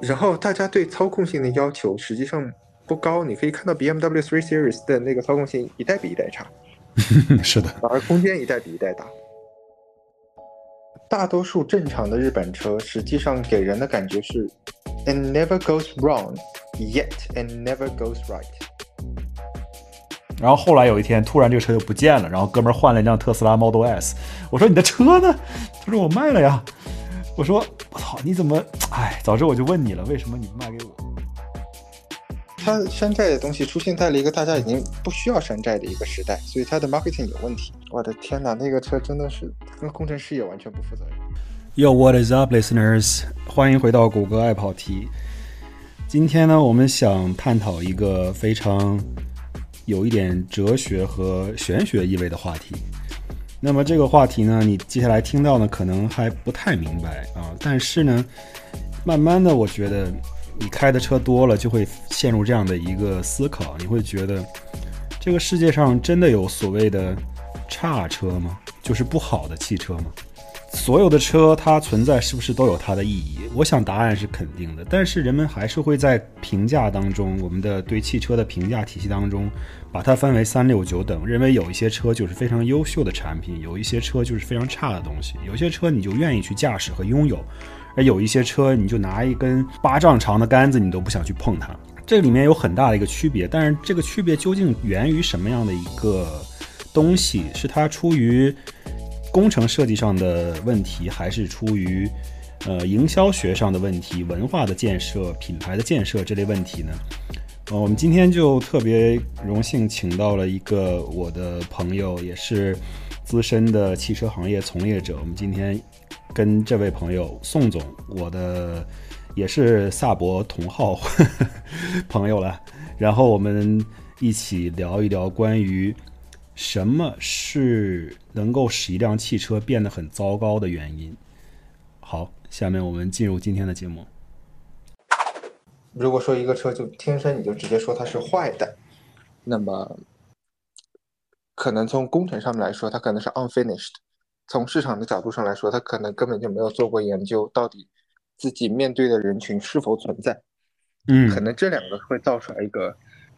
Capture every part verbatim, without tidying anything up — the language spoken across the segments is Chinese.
然后大家对操控性的要求实际上不高，你可以看到 B M W 三 Series 的那个操控性一代比一代差， 是的， 反而空间一代比一代大。大多数正常的日本车实际上给人的感觉是 it never goes wrong yet it never goes right。 然后后来有一天突然这个车就不见了，然后哥们儿换了一辆特斯拉 Model S， 我说你的车呢？他说我卖了呀。我说我操，你怎么？哎，早知我就问你了，为什么你不卖给我？ 它山寨的东西出现在了一个大家已经不需要山寨的一个时代，所以它的 marketing 有问题。我的天哪，那个车真的是跟工程师也完全不负责任。 Yo, what is up, listeners？ 欢迎回到谷歌爱跑题。今天呢，我们想探讨一个非常有一点哲学和玄学意味的话题。那么这个话题呢，你接下来听到呢，可能还不太明白啊，但是呢，慢慢的，我觉得你开的车多了，就会陷入这样的一个思考，你会觉得这个世界上真的有所谓的差车吗？就是不好的汽车吗？所有的车它存在是不是都有它的意义？我想答案是肯定的，但是人们还是会在评价当中，我们的对汽车的评价体系当中，把它分为三六九等，认为有一些车就是非常优秀的产品，有一些车就是非常差的东西，有些车你就愿意去驾驶和拥有，而有一些车你就拿一根巴掌长的杆子你都不想去碰它。这里面有很大的一个区别，但是这个区别究竟源于什么样的一个东西？是它出于工程设计上的问题，还是出于呃营销学上的问题、文化的建设、品牌的建设这类问题呢？呃，我们今天就特别荣幸请到了一个我的朋友，也是资深的汽车行业从业者。我们今天跟这位朋友宋总，我的也是萨博同号呵呵朋友了，然后我们一起聊一聊关于什么是能够使一辆汽车变得很糟糕的原因。好，下面我们进入今天的节目。 如果说一个车就天生你就直接说它是坏的，那么可能从工程上面来说它可能是 unfinished， 从市场的角度上来说它可能根本就没有做过研究，到底自己面对的人群是否存在，可嗯， 能这两个会造出来一个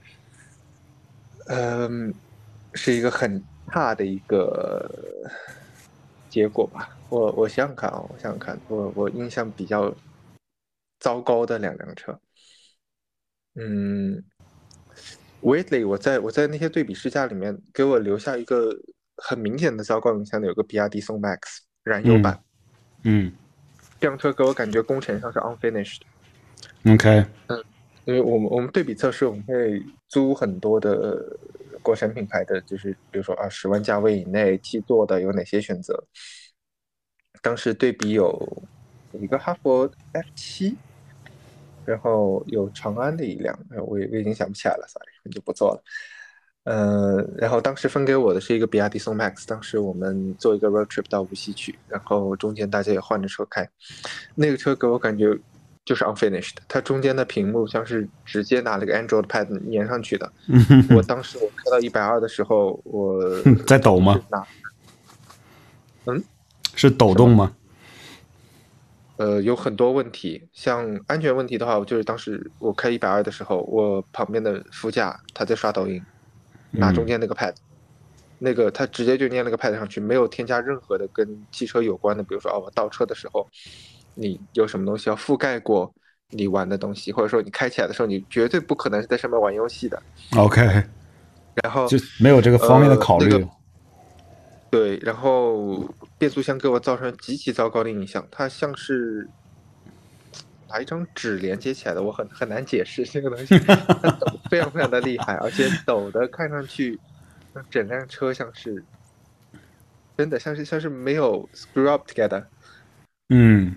嗯、呃，是一个很差的一个结果吧。我我想想看啊，我想想看，我我印象比较糟糕的两辆车，嗯，Weirdly，我在我在那些对比试驾里面，给我留下一个很明显的糟糕印象的，有个比亚迪宋 MAX 燃油嗯版， 嗯这辆车给我感觉工程上是 unfinished。 ，OK， 嗯，因为我们我们对比测试，我们会租很多的国产品牌的，就是比如说啊，十万价位以内 T 座的有哪些选择？当时对比有有一个哈佛 F 七，然后有长安的一辆，我也我已经想不起来了，sorry，就不做了。呃，然后当时分给我的是一个比亚迪宋 MAX，当时我们做一个 road trip 到无锡去，然后中间大家也换着车开，那个车给我感觉就是 unfinished，它中间的屏幕像是直接拿了个 Android Pad 粘上去的。我当时我开到一百二的时候，我在抖吗？ 是拿嗯是抖什么？ 动吗？ 呃，有很多问题，像安全问题的话，我就是当时我开一百二的时候，我旁边的副驾他在刷抖音，拿中嗯间那个 pad，那个他直接就粘那个 pad 上去，没有添加任何的跟汽车有关的，比如说哦，我倒车的时候，你有什么东西要覆盖过你玩的东西，或者说你开起来的时候，你绝对不可能是在上面玩游戏的。 ，OK， 然后， 就没有这个方面的呃，那个考虑。 对，然后变速箱给我造成极其糟糕的印象，它像是拿一张纸连接起来的，我很很难解释这个东西，它抖得非常非常的厉害，而且抖的看上去，整辆车像是真的像是像是没有 screw up together。 嗯，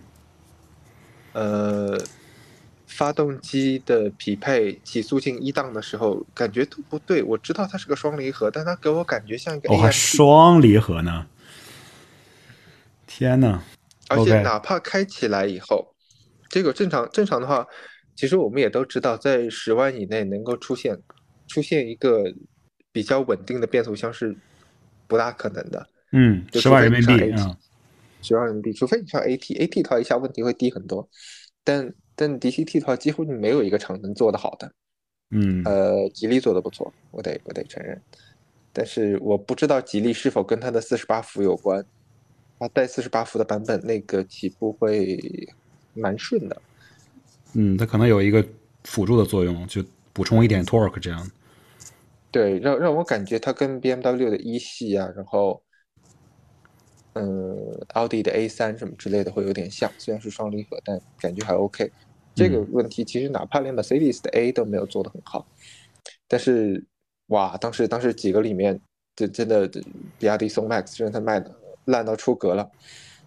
呃，发动机的匹配起速进一档的时候，感觉都不对。我知道它是个双离合，但它给我感觉像一个哦，还 A M P。 双离合呢！天呐而且 OK， 哪怕开起来以后，这个正常正常的话，其实我们也都知道，在十万以内能够出现出现一个比较稳定的变速箱是不大可能的， 嗯， 就十万人除非你上民币啊， A T，十万人民币，除非你上 A T，A T 的话一下问题会低很多。但但 D C T 的话，几乎没有一个厂能做得好的。 嗯呃，吉利做的不错，我得我得承认。但是我不知道吉利是否跟它的四十八伏有关。它带四十八伏的版本，那个起步会蛮顺的。 嗯，它可能有一个辅助的作用，就补充一点 torque 这样。 对，让让我感觉它跟 B M W 的一系啊，然后嗯，奥迪的 A 三什么之类的会有点像，虽然是双离合，但感觉还 OK。这个嗯问题其实哪怕连 Mercedes 的 A 都没有做得很好，但是哇，当时当时几个里面，这真的比亚迪宋 MAX 真的它卖的烂到出格了。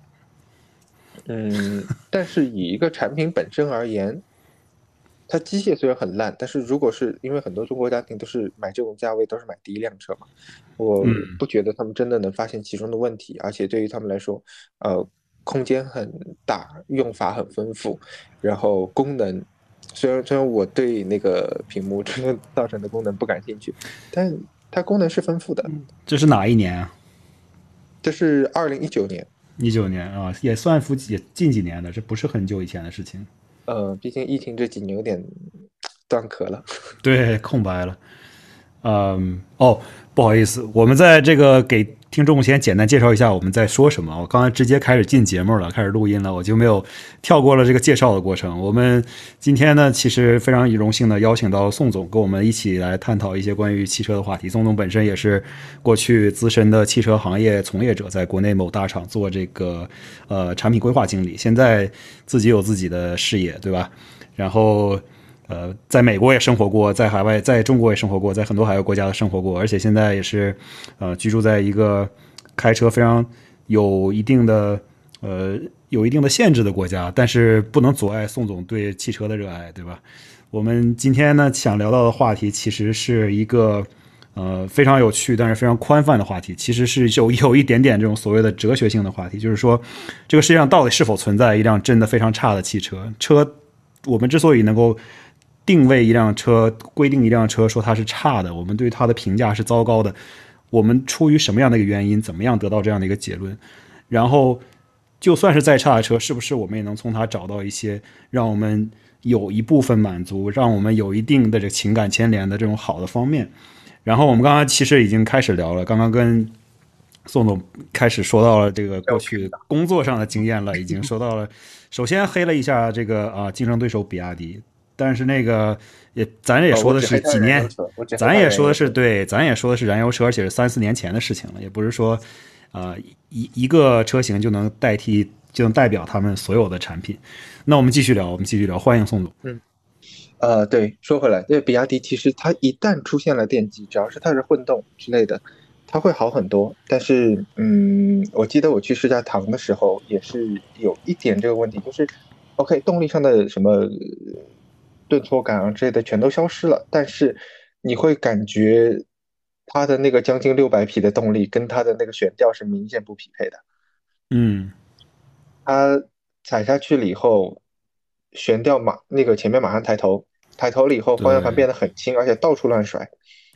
嗯，但是以一个产品本身而言，它机械虽然很烂，但是如果是因为很多中国家庭都是买这种价位都是买第一辆车嘛，我嗯， 不觉得他们真的能发现其中的问题，而且对于他们来说，呃，空间很大，用法很丰富，然后功能虽然虽然我对那个屏幕真的造成的功能不感兴趣，但它功能是丰富的。 这是哪一年啊？ 这是二零一九年， 一九年啊，也算附也近几年的，这不是很久以前的事情。 呃，毕竟疫情这几年有点断壳了。 对，空白了。嗯，哦，不好意思，我们在这个给听众先简单介绍一下我们在说什么。我刚才直接开始进节目了，开始录音了，我就没有跳过了这个介绍的过程。我们今天呢，其实非常荣幸的邀请到宋总，跟我们一起来探讨一些关于汽车的话题。宋总本身也是过去资深的汽车行业从业者，在国内某大厂做这个呃产品规划经理，现在自己有自己的事业，对吧？然后。呃，在美国也生活过，在海外，在中国也生活过，在很多海外国家生活过，而且现在也是，呃，居住在一个开车非常有一定的呃有一定的限制的国家，但是不能阻碍宋总对汽车的热爱，对吧？我们今天呢想聊到的话题，其实是一个呃非常有趣，但是非常宽泛的话题，其实是有有一点点这种所谓的哲学性的话题，就是说，这个世界上到底是否存在一辆真的非常差的汽车？车，我们之所以能够定位一辆车，规定一辆车说它是差的，我们对它的评价是糟糕的，我们出于什么样的一个原因，怎么样得到这样的一个结论？然后，就算是再差的车，是不是我们也能从它找到一些让我们有一部分满足，让我们有一定的这个情感牵连的这种好的方面？然后我们刚刚其实已经开始聊了，刚刚跟宋总开始说到了这个过去工作上的经验了，已经说到了，首先黑了一下这个啊竞争对手比亚迪。但是那个也，咱也说的是几年，咱也说的是对，咱也说的是燃油车，而且是三四年前的事情了，也不是说，呃，一一个车型就能代替，就能代表他们所有的产品。那我们继续聊，我们继续聊，欢迎宋总。 嗯，呃，对，说回来，对比亚迪其实它一旦出现了电机，只要是它是混动之类的，它会好很多。但是，嗯，我记得我去试驾唐的时候，也是有一点这个问题，就是 ，OK，动力上的什么顿挫感啊之类的全都消失了，但是你会感觉它的那个将近六百匹的动力跟它的那个悬吊是明显不匹配的。 嗯， 它踩下去了以后，悬吊马那个前面马上抬头，抬头了以后方向盘对， 变得很轻，而且到处乱甩。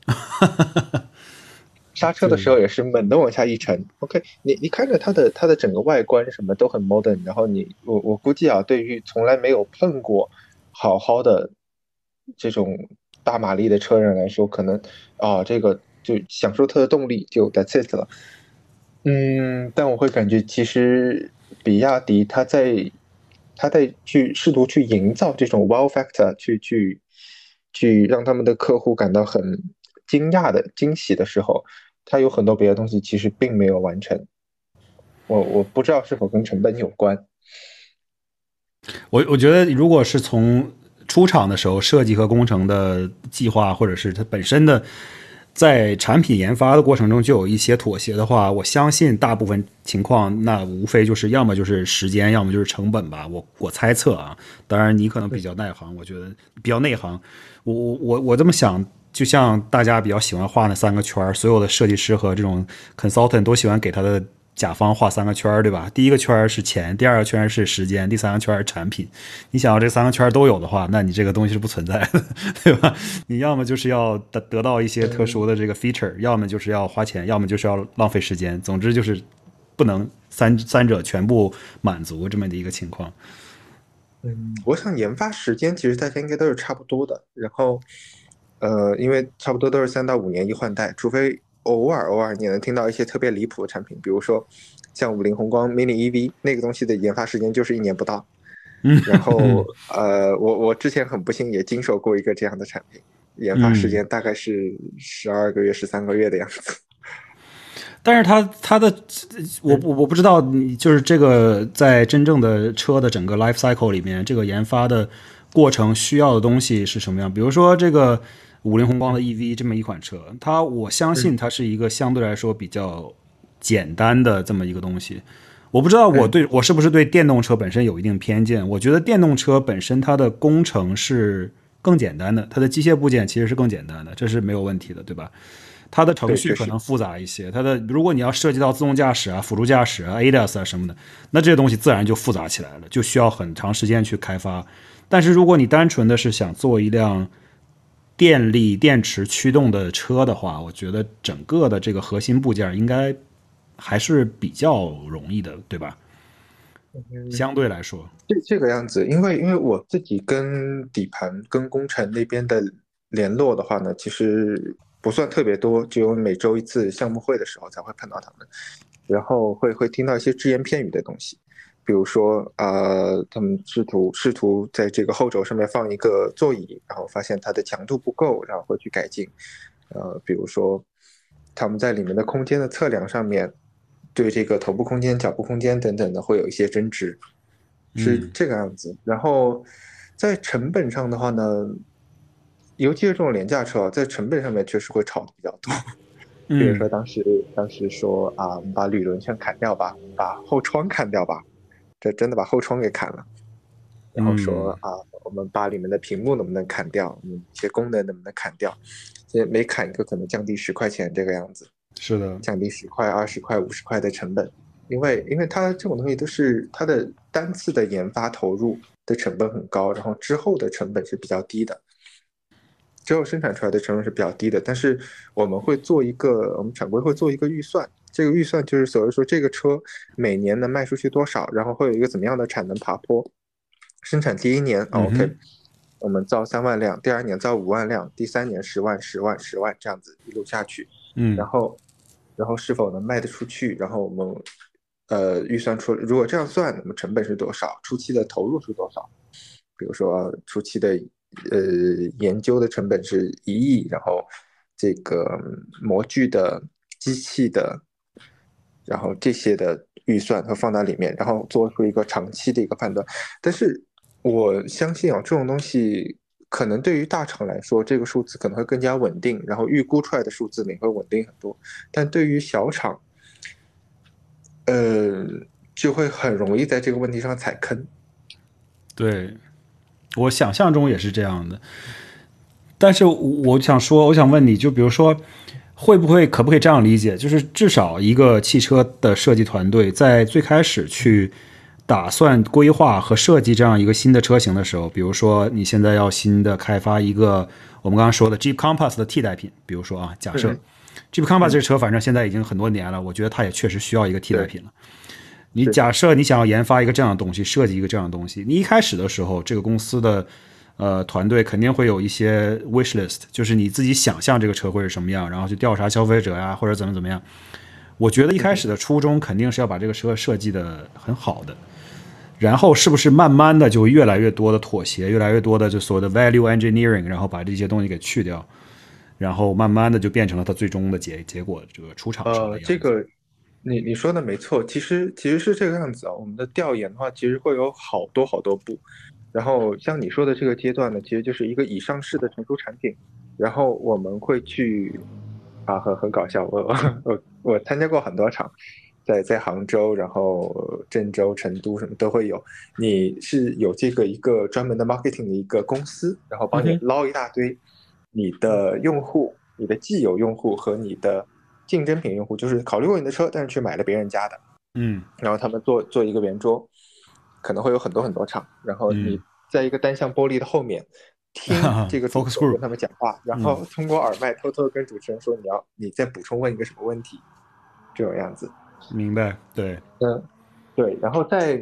刹车的时对， 候也是猛地往下一沉。OK，你你看着它的它的整个外观什么都很 modern，然后你我我估计啊，对于从来没有碰过好好的这种大马力的车人来说，可能啊这个就享受它的动力就 that's it 了。嗯，但我会感觉其实比亚迪它在它在去试图去营造这种 wow factor，去去去让他们的客户感到很惊讶的惊喜的时候，它有很多别的东西其实并没有完成。我我不知道是否跟成本有关。 我我觉得如果是从出厂的时候设计和工程的计划，或者是它本身的在产品研发的过程中就有一些妥协的话，我相信大部分情况那无非就是要么就是时间，要么就是成本吧。我我猜测啊，当然你可能比较内行，我觉得比较内行。我我我我这么想，就像大家比较喜欢画那三个圈，所有的设计师和这种 consultant 都喜欢给他的甲方画三个圈，对吧？第一个圈是钱，第二个圈是时间，第三个圈是产品。你想要这三个圈都有的话，那你这个东西是不存在的，对吧？你要么就是要得得到一些特殊的这个 feature，要么就是要花钱，要么就是要浪费时间。总之就是不能三三者全部满足这么的一个情况。 嗯，我想研发时间其实大家应该都是差不多的，然后，呃，因为差不多都是三到五年一换代，除非偶尔偶尔你能听到一些特别离谱的产品，比如说像五菱宏光 mini E V 那个东西的研发时间就是一年不到。 嗯然后， 嗯呃，我我之前很不幸也经手过一个这样的产品，研发时嗯， 间大概是十二个月、十三个月的样子。 但是它它的我嗯， 我我不知道，你就是这个在真正的车的整个 life cycle 里面，这个研发的过程需要的东西是什么样？比如说这个五菱宏光的 E V 这么一款车，它我相信嗯它是一个相对来说比较简单的这么一个东西。我不知道我嗯， 对我是不是对电动车本身有一定偏见。我觉得电动车本身它的工程是更简单的，它的机械部件其实是更简单的，这是没有问题的，对吧？它的程对，确实。 序可能复杂一些，它的如果你要涉及到自动驾驶啊、辅助驾驶啊、A D A S 啊什么的，那这些东西自然就复杂起来了，就需要很长时间去开发。但是如果你单纯的是想做一辆电力电池驱动的车的话，我觉得整个的这个核心部件应该还是比较容易的，对吧？ 嗯， 相对来说， 这这个样子，因为因为我自己跟底盘跟工程那边的联络的话呢，其实不算特别多，只有每周一次项目会的时候才会碰到他们，然后会会听到一些只言片语的东西，比如说呃，他们试图试图在这个后轴上面放一个座椅，然后发现它的强度不够，然后会去改进，呃，比如说他们在里面的空间的测量上面。对这个头部空间、脚部空间等等的会有一些争执，是嗯这个样子。然后在成本上的话呢，尤其是这种廉价车，在成本上面确实会炒的比较多。比如嗯说当时当时说啊，我们把铝轮全砍掉吧，把后窗砍掉吧，这真的把后窗给砍了。然后说嗯， 啊，我们把里面的屏幕能不能砍掉，嗯，一些功能能不能砍掉，所以每砍一个可能降低十块钱这个样子。 是的， 降低十块、二十块、五十块的成本，因为因为它这种东西都是它的单次的研发投入的成本很高，然后之后的成本是比较低的，之后生产出来的成本是比较低的，但是我们会做一个，我们厂规会做一个预算，这个预算就是所谓说这个车每年能卖出去多少，然后会有一个怎么样的产能爬坡，生产第一年、哦、，OK。 嗯哼， 我们造三万辆，第二年造五万辆，第三年十万、十万、十万这样子一路下去， 嗯然后然后是否能卖得出去，然后我们呃预算出，如果这样算，我们成本是多少，初期的投入是多少？比如说初期的呃研究的成本是一亿，然后这个模具的、机器的，然后这些的预算会放到里面，然后做出一个长期的一个判断。但是我相信啊，这种东西可能对于大厂来说，这个数字可能会更加稳定，然后预估出来的数字也会稳定很多。但对于小厂，呃，就会很容易在这个问题上踩坑。 对，我想象中也是这样的。但是我想说，我想问你，就比如说，会不会可不可以这样理解，就是至少一个汽车的设计团队在最开始去打算规划和设计这样一个新的车型的时候，比如说你现在要新的开发一个我们刚刚说的 Jeep Compass 的替代品，比如说啊，假设嗯 Jeep Compass 这嗯， 个车反正现在已经很多年了，我觉得它也确实需要一个替代对， 品了。你是， 假设你想要研发一个这样的东西，设计一个这样的东西，你一开始的时候，这个公司的呃团队肯定会有一些 wish list，就是你自己想象这个车会是什么样，然后去调查消费者呀，或者怎么怎么样。我觉得一开始的初衷肯定是要把这个车设计的很好的，然后是不是慢慢的就越来越多的妥协，越来越多的就所谓的 value engineering，然后把这些东西给去掉，然后慢慢的就变成了它最终的结结果这个出厂时候呃， 的样子。 这个你你说的没错，其实其实是这个样子啊。我们的调研的话，其实会有好多好多步。然后像你说的这个阶段呢，其实就是一个已上市的成熟产品。然后我们会去啊，很很搞笑，我我我参加过很多场，在在杭州，然后郑州、成都什么都会有。你是有这个一个专门的 marketing 的一个公司，然后帮你嗯哼， 捞一大堆你的用户、你的既有用户和你的竞争品用户，就是考虑过你的车，但是去买了别人家的， 嗯然后他们做做一个圆桌，可能会有很多很多场，然后嗯你在一个单向玻璃的后面听这个主 ，focus 持人 group， 跟他们讲话，然嗯。 后通过耳麦偷偷跟主持人说你要你再补充问一个什么问题，这种样子。 明白，对， 嗯，对，然后在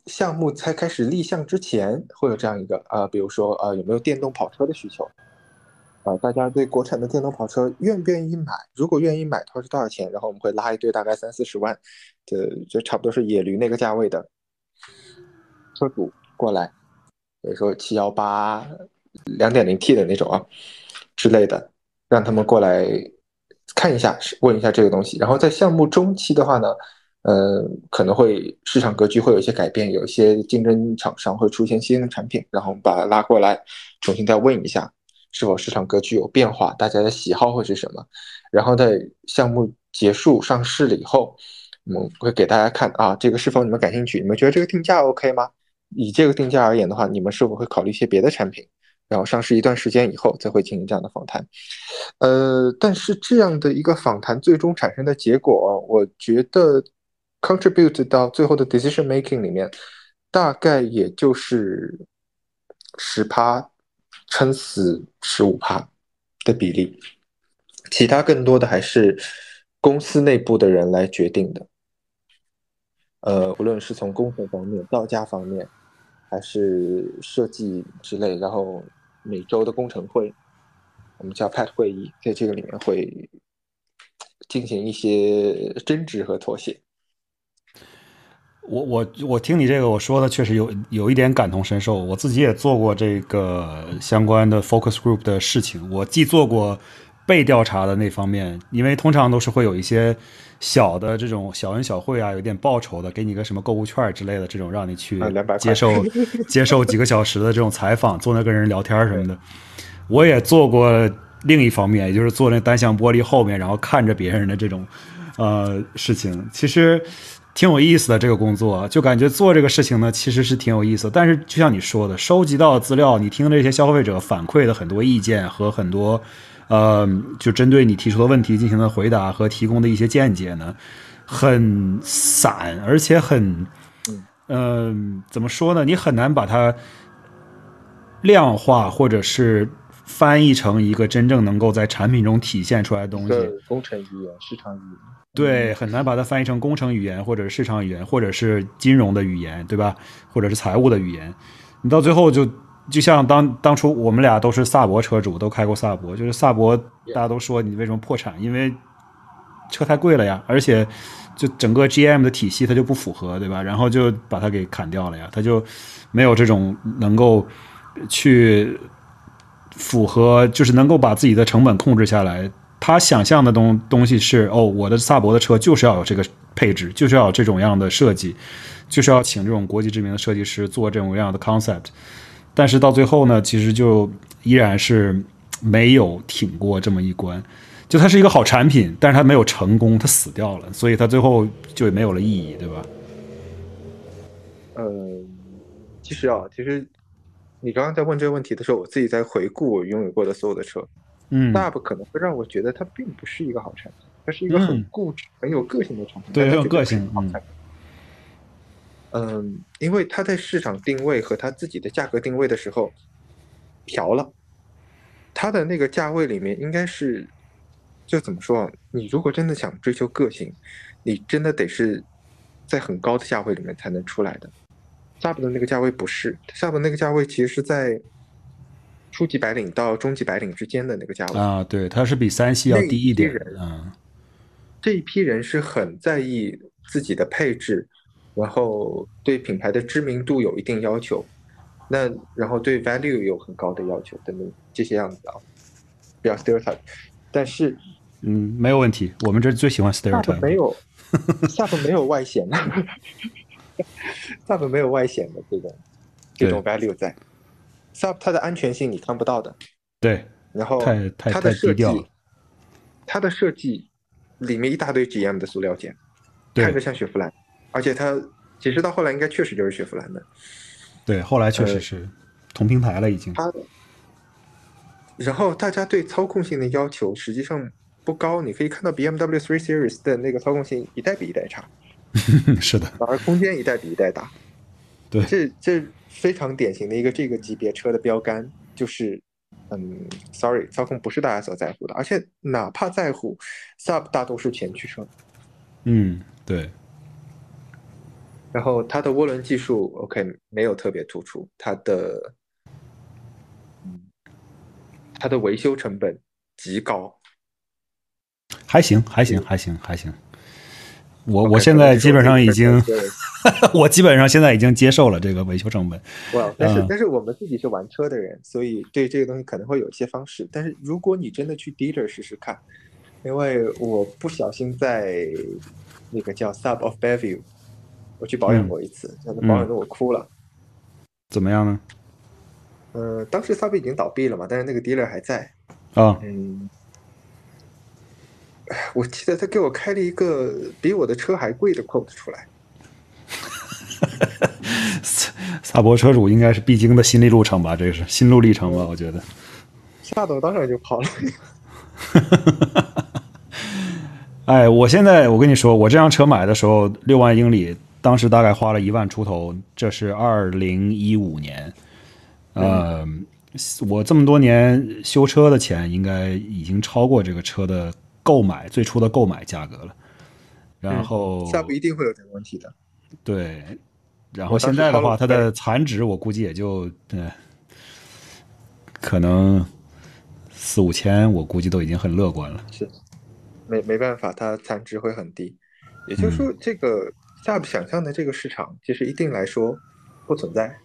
项目才开始立项之前，会有这样一个啊、呃，比如说啊、呃，有没有电动跑车的需求啊、呃？大家对国产的电动跑车愿不愿意买？如果愿意买的话是多少钱？然后我们会拉一堆大概三四十万的，就差不多是野驴那个价位的车主过来，比如说七幺八两点零 T 的那种啊之类的，让他们过来看一下，问一下这个东西。然后在项目中期的话呢，呃，可能会市场格局会有一些改变，有一些竞争厂商会出现新的产品，然后我们把它拉过来，重新再问一下是否市场格局有变化，大家的喜好会是什么。然后在项目结束上市了以后，我们会给大家看啊，这个是否你们感兴趣？你们觉得这个定价 OK 吗？以这个定价而言的话，你们是否会考虑一些别的产品？然后上市一段时间以后，再会进行这样的访谈。呃，但是这样的一个访谈最终产生的结果，我觉得 contribute 到最后的 decision making 里面，大概也就是十趴撑死十五趴的比例，其他更多的还是公司内部的人来决定的。呃，无论是从工程方面、造价方面，还是设计之类，然后每周的工程会，我们叫 P A T 会议，在这个里面会进行一些争执和妥协。 我我我听你这个我说的确实有有一点感同身受，我自己也做过这个相关的 focus group 的事情，我既做过被调查的那方面，因为通常都是会有一些小的这种小恩小惠啊，有点报酬的，给你个什么购物券之类的，这种让你去接受、啊、接受几个小时的这种采访，坐那跟人聊天什么的。我也做过另一方面，也就是坐那单向玻璃后面，然后看着别人的这种呃事情，其实挺有意思的。这个工作就感觉做这个事情呢，其实是挺有意思的。但是就像你说的，收集到的资料，你听这些消费者反馈的很多意见和很多呃，就针对你提出的问题进行的回答和提供的一些见解呢，很散，而且很嗯、呃，怎么说呢？你很难把它量化，或者是翻译成一个真正能够在产品中体现出来的东西。 工程语言、市场语言， 对，很难把它翻译成工程语言，或者是市场语言，或者是金融的语言，对吧？或者是财务的语言。你到最后就就像当当初我们俩都是萨博车主，都开过萨博，就是萨博大家都说你为什么破产，因为车太贵了呀，而且就整个 G M 的体系它就不符合，对吧？然后就把它给砍掉了呀，它就没有这种能够去符合，就是能够把自己的成本控制下来。他想象的东东西是，哦，我的萨博的车就是要有这个配置，就是要有这种样的设计，就是要请这种国际知名的设计师做这种样的 concept。但是到最后呢，其实就依然是没有挺过这么一关。就它是一个好产品，但是它没有成功，它死掉了，所以它最后就没有了意义，对吧？ 嗯，其实啊，其实你刚刚在问这个问题的时候，我自己在回顾我拥有过的所有的车。 嗯 ，S U B 可能会让我觉得它并不是一个好产品，它是一个很固执、很有个性的产品， 对， 但很有个性， 嗯。嗯，因为它在市场定位和它自己的价格定位的时候调了，它的那个价位里面应该是，就怎么说啊？你如果真的想追求个性，你真的得是在很高的价位里面才能出来的。S U B 的那个价位不是，S U B 的那个价位其实是在初级白领到中级白领之间的那个价位啊，对，它是比三系要低一点，嗯， 这一批人是很在意自己的配置，然后对品牌的知名度有一定要求，那然后对 value 有很高的要求等等这些样子啊，比较 stereotype。但是， 嗯，没有问题，我们这最喜欢 stereotype。 没有 S U B 没有外显的，S U B 没有外显的这种这种 value 在 S U B 它的安全性你看不到的， 对， 然后太太它的设计， 它的设计里面一大堆 G M 的塑料件，看着像雪佛兰，而且它其实到后来应该确实就是雪佛兰的。 对，后来确实是、呃、同平台了已经。 它，然后大家对操控性的要求实际上不高，你可以看到 B M W 三 Series 的那个操控性一代比一代差， 是的， 反而空间一代比一代大。 对， 这这非常典型的一个这个级别车的标杆，就是嗯 ，sorry， 操控不是大家所在乎的，而且哪怕在乎 ，S U B 大多数前驱车。 嗯，对。 然后它的涡轮技术 OK 没有特别突出，它的嗯它的维修成本极高。 还行，还行， 就还行，还行。我我 OK， 现可能在基本只是我自己上已经， personal experience。 我基本上现在已经接受了这个维修成本。 哇，但是嗯但是我们自己是玩车的人，所以对这个东西可能会有一些方式。但是如果你真的去 dealer 试试看，因为我不小心在那个叫 Sub of Bellevue，我去保养嗯过一次，真的保养嗯， 的我哭了。 怎么样呢？ 呃，当时 Sub 已经倒闭了嘛，但是那个 dealer 还在。 啊， 嗯，我记得他给我开了一个比我的车还贵的 quote 出来， 萨博车主应该是必经的心理路程吧？这是心路历程吧？我觉得。 吓得我当场就跑了。 哎，我现在我跟你说，我这辆车买的时候六万英里，当时大概花了一万出头，这是二零一五年。 嗯呃，我这么多年修车的钱，应该已经超过这个车的购买最初的购买价格了。然嗯，Sub 后一定会有这个问题的。 对，然后我当时掏了现在的话， 五倍。 它的残值我估计也就呃，可能四五千，我估计都已经很乐观了。 是。没没办法，它残值会很低。也就是嗯， 说，这个下不想象的这个市场，其实一定来说不存在。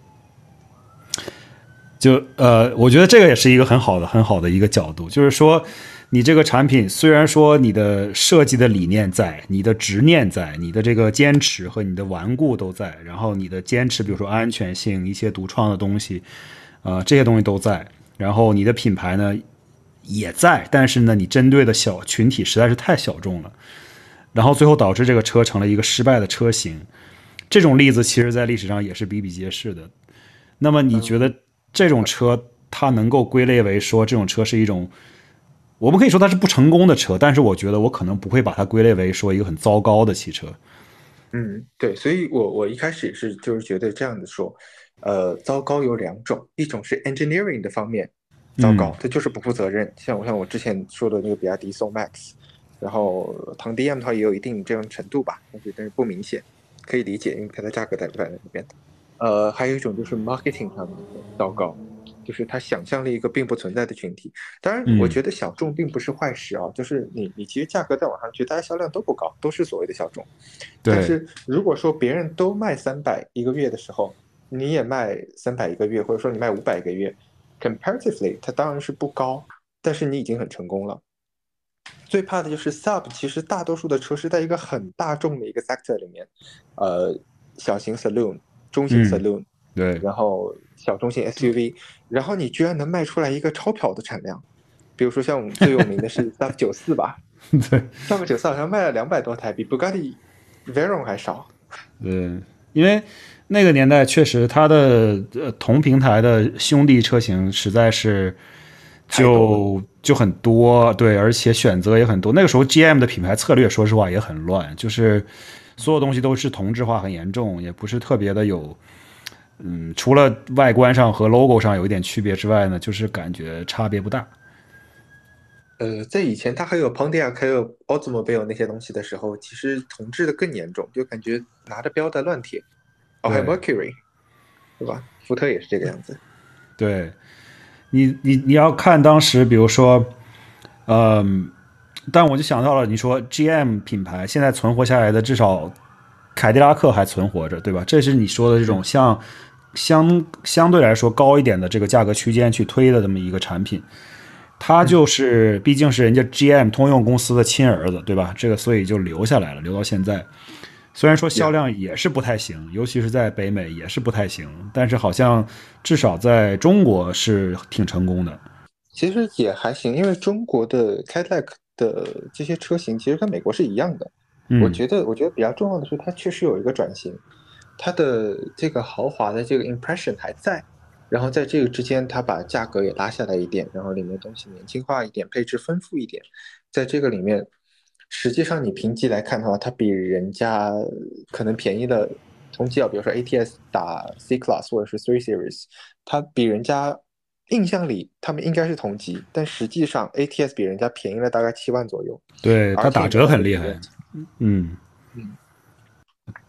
就呃，我觉得这个也是一个很好的、很好的一个角度，就是说，你这个产品虽然说你的设计的理念在，你的执念在，你的这个坚持和你的顽固都在，然后你的坚持，比如说安全性、一些独创的东西，呃，这些东西都在，然后你的品牌呢也在，但是呢，你针对的小群体实在是太小众了，然后最后导致这个车成了一个失败的车型。这种例子其实在历史上也是比比皆是的。那么你觉嗯， 得这种车它能够归类为说这种车是一种，我们可以说它是不成功的车，但是我觉得我可能不会把它归类为说一个很糟糕的汽车。 嗯，对，所以我我一开始也是就是觉得这样子说，呃，糟糕有两种，一种是 engineering 的方面糟嗯， 糕，这就是不负责任。像我像我之前说的那个比亚迪宋 MAX，然后唐 D M 它也有一定这样程度吧，但是但是不明显，可以理解，因为它的价格在摆在那边。呃，还有一种就是 marketing 上面的糟糕，就是他想象了一个并不存在的群体。当然，我嗯， 觉得小众并不是坏事啊，就是你你其实价格再往上去，大家销量都不高，都是所谓的小众。但对， 是如果说别人都卖三百一个月的时候，你也卖三百一个月，或者说你卖五百一个月，comparatively 它当然是不高，但是你已经很成功了。最怕的就是 sub，其实大多数的车是在一个很大众的一个 sector 里面，呃，小型 saloon、中型嗯， saloon， 对， 然后小中型 S U V，然后你居然能卖出来一个超跑的产量，比如说像我们最有名的是 sub 九四吧对， ，sub 九四好像卖了两百多台，比 Bugatti Veyron 还少。 对，因为那个年代确实它的呃同平台的兄弟车型实在是太多了。 就就很多，对，而且选择也很多。那个时候 G M 的品牌策略，说实话也很乱，就是所有东西都是同质化很严重，也不是特别的有，嗯，除了外观上和 logo 上有一点区别之外呢，就是感觉差别不大。 呃，在以前它还有 Pontiac 还有 Oldsmobile 那些东西的时候，其实同质的更严重，就感觉拿着标的乱贴。哦，还有对 Mercury，对吧？福特也是这个样子。 对，你你你要看当时，比如说，嗯，但我就想到了，你说 G M 品牌现在存活下来的，至少凯迪拉克还存活着，对吧？这是你说的这种嗯像相相对来说高一点的这个价格区间去推的这么一个产品，它嗯， 就是毕竟是人家 G M 通用公司的亲儿子，对吧？这个所以就留下来了，留到现在。虽然说销呀， 量也是不太行，尤其是在北美也是不太行，但是好像至少在中国是挺成功的。 其实也还行，因为中国的 Cadillac 的这些车型其实跟美国是一样的。我嗯， 觉得，我觉得比较重要的是，它确实有一个转型，它的这个豪华的这个 impression 还在，然后在这个之间，它把价格也拉下来一点，然后里面东西年轻化一点，配置丰富一点，在这个里面，实际上你评级来看的话，它比人家可能便宜了，同级啊，比如说 A T S 打 C Class 或者是 Three Series，它比人家印象里他们应该是同级，但实际上 A T S 比人家便宜了大概七万左右， 对，它打而且你要折很厉害。 有一个问题。 嗯， 嗯，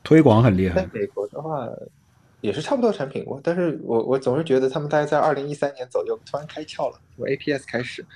推广很厉害。 在美国的话，也是差不多产品，我但是我我总是觉得他们大概在二零一三年左右突然开窍了，从 A P S 开始。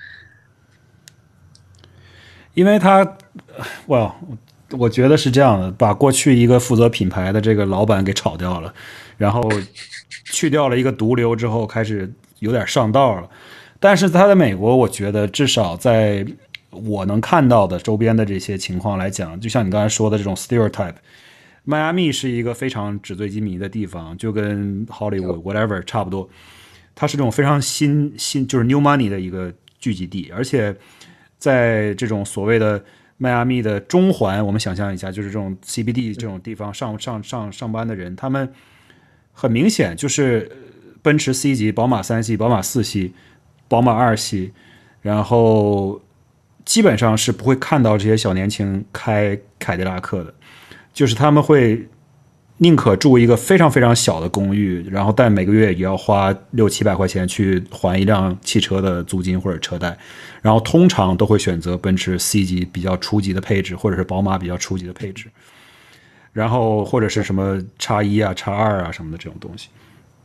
因为他，哇，我觉得是这样的，把过去一个负责品牌的这个老板给炒掉了，然后去掉了一个毒瘤之后，开始有点上道了。但是他在美国，我觉得至少在我能看到的周边的这些情况来讲，就像你刚才说的这种 stereotype，迈阿密是一个非常纸醉金迷的地方，就跟 Hollywood whatever 差不多。它是这种非常新新就是 new money 的一个聚集地，而且在这种所谓的迈阿密的中环，我们想象一下，就是这种 C B D 这种地方上上上上班的人，他们很明显就是奔驰 C 级、宝马三系、宝马四系、宝马二系，然后基本上是不会看到这些小年轻开凯迪拉克的，就是他们会宁可住一个非常非常小的公寓，然后但每个月也要花六七百块钱去还一辆汽车的租金或者车贷，然后通常都会选择奔驰 C 级比较初级的配置，或者是宝马比较初级的配置，然后或者是什么叉一啊、叉二啊什么的这种东西。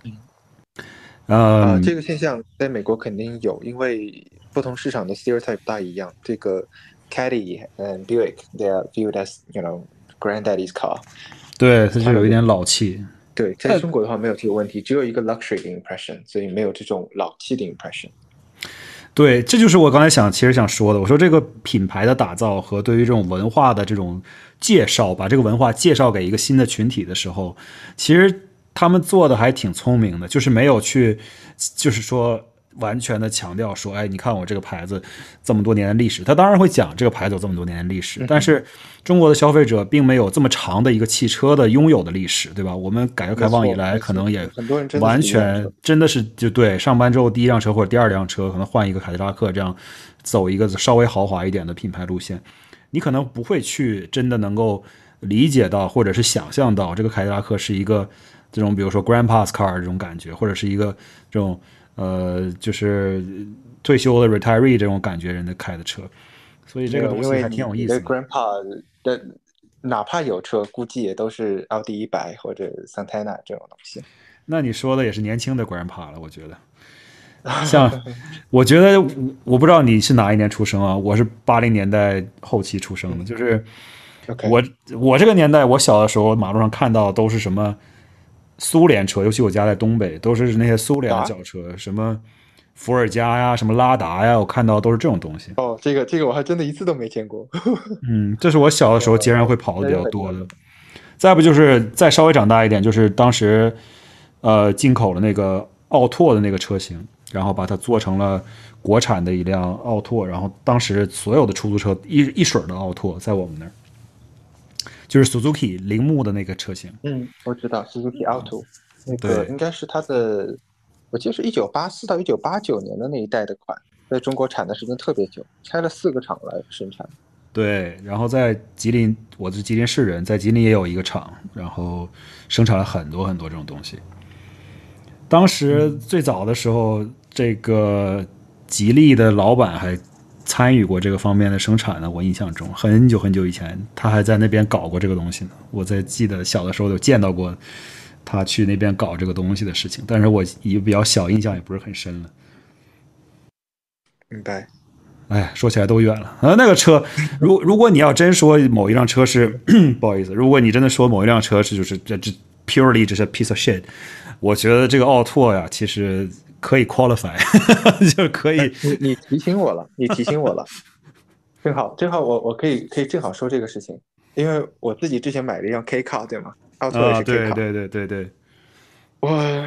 啊、 嗯， 这个现象在美国肯定有，因为不同市场的 stereotype 不大一样。这个 Caddy 嗯 Buick they are viewed as you know granddaddy's car。 对，它就有一点老气。 对，在中国的话没有这个问题，只有一个 luxury 的 impression，所以没有这种老气的 impression。 对，这就是我刚才想，其实想说的。我说这个品牌的打造和对于这种文化的这种介绍，把这个文化介绍给一个新的群体的时候，其实他们做的还挺聪明的，就是没有去，就是说完全的强调说，哎，你看我这个牌子这么多年的历史。他当然会讲这个牌子有这么多年的历史，但是中国的消费者并没有这么长的一个汽车的拥有的历史，对吧？我们改革开放以来，可能也很多人真的完全真的是就对上班之后第一辆车或者第二辆车，可能换一个凯迪拉克，这样走一个稍微豪华一点的品牌路线，你可能不会去真的能够理解到或者是想象到这个凯迪拉克是一个这种比如说 grandpa's car 这种感觉，或者是一个这种呃就是退休的 retiree 这种感觉人的开的车，所以这个东西还挺有意思的。 的 grandpa 的哪怕有车，估计也都是奥迪一百或者 Santana 这种东西。 那你说的也是年轻的 grandpa 了，我觉得。像，我觉得我不知道你是哪一年出生啊？我是八零年代后期出生的，就是我我这个年代，我小的时候马路上看到都是什么苏联车，尤其我家在东北，都是那些苏联的轿车，什么伏尔加呀，什么拉达呀，我看到都是这种东西。 哦，这个这个我还真的一次都没见过。 嗯，这是我小的时候街上会跑的比较多的。再不就是再稍微长大一点，就是当时呃进口了那个奥拓的那个车型。然后把它做成了国产的一辆奥拓，然后当时所有的出租车一一水的奥拓在我们那儿，就是 Suzuki 铃木的那个车型。 嗯，我知道 Suzuki Alto，那个应该是它的，我记得是一九八四到一九八九年的那一代的款，在中国产的时间特别久，开了四个厂来生产。 对，然后在吉林，我是吉林市人，在吉林也有一个厂，然后生产了很多很多这种东西。当时最早的时候，这个吉利的老板还参与过这个方面的生产呢。我印象中，很久很久以前，他还在那边搞过这个东西呢。我在记得小的时候有见到过他去那边搞这个东西的事情，但是我也比较小，印象也不是很深了。 明白。 哎，说起来都远了啊！那个车，如如果你要真说某一辆车是，不好意思，如果你真的说某一辆车是就是这这 purely 这是 piece of shit。我觉得这个奥拓呀，其实可以 qualify， 就是可以。 你你提醒我了，你提醒我了，正好正好我我可以可以正好说这个事情，因为我自己之前买了一辆 K car， 对吗？奥拓也是 K car。 啊、对对对对对。 我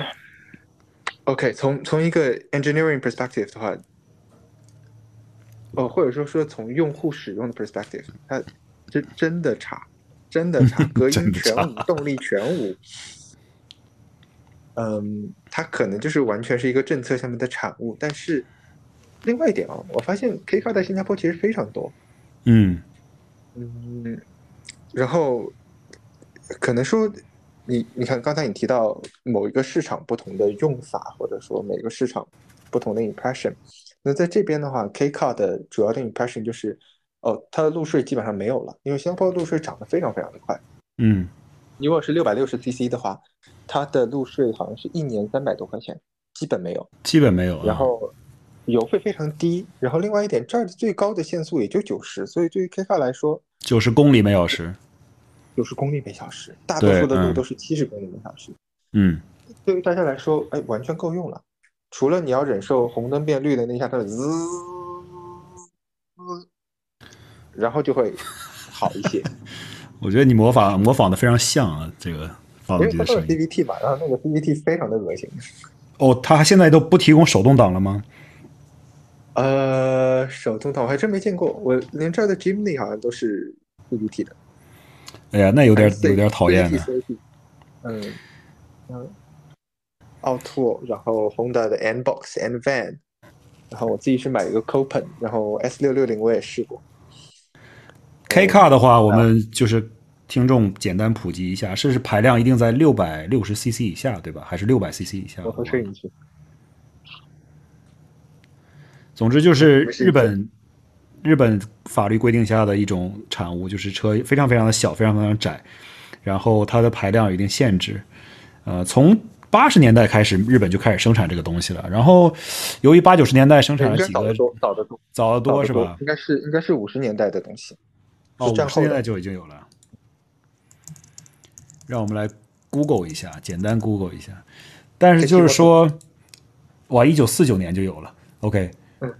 OK， 从从一个 engineering perspective 的话，哦，或者说说从用户使用的 perspective， 它真真的差，真的差，隔音全无，动力全无。嗯，它可能就是完全是一个政策下面的产物，但是另外一点啊，我发现 K car 在新加坡其实非常多。 嗯嗯，然后可能说你你看刚才你提到某一个市场不同的用法，或者说每个市场不同的 impression， 那在这边的话 K car 的主要的 impression 就是哦，它的路税基本上没有了，因为新加坡的路税涨得非常非常的快。 嗯如果是六百六十 C C 的话，它的路税好像是一年三百多块钱，基本没有， 基本没有。啊、 然后油费非常低，然后另外一点，这儿的最高的限速也就九十，所以对于 K 卡来说， 九十公里每小时， 九十公里每小时，大多数的路都是七十公里每小时。 嗯， 对于大家来说，哎，完全够用了。除了你要忍受红灯变绿的那一下它的滋，然后就会好一些。 我觉得你模仿模仿的非常像啊，这个发动机的声音。 因为它都是 C V T 嘛，然后那个 C V T 非常的恶心。 哦，它现在都不提供手动挡了吗？ 呃，手动挡我还真没见过，我连这儿的 Jimny 好像都是 C V T 的。 哎呀，那有点有点讨厌的。 嗯嗯，奥拓，然后 Honda 的 N-Box N-Van， 然后我自己是买一个 Copen， 然后 S 六六零我也试过。 K car 的话，我们就是听众简单普及一下，是排量一定在六百六十 C C 以下，对吧？还是六百 C C 以下？ 我和摄影师。 总之就是日本日本法律规定下的一种产物，就是车非常非常的小，非常非常窄，然后它的排量有一定限制。呃，从八十年代开始，日本就开始生产这个东西了。然后，由于八九十年代生产了几个， 早得多， 早得多是吧？ 应该是应该是五十年代的东西。 哦，五十年代就已经有了。让我们来 Google 一下，简单 Google 一下。但是就是说，哇，一九四九年就有了。OK， 嗯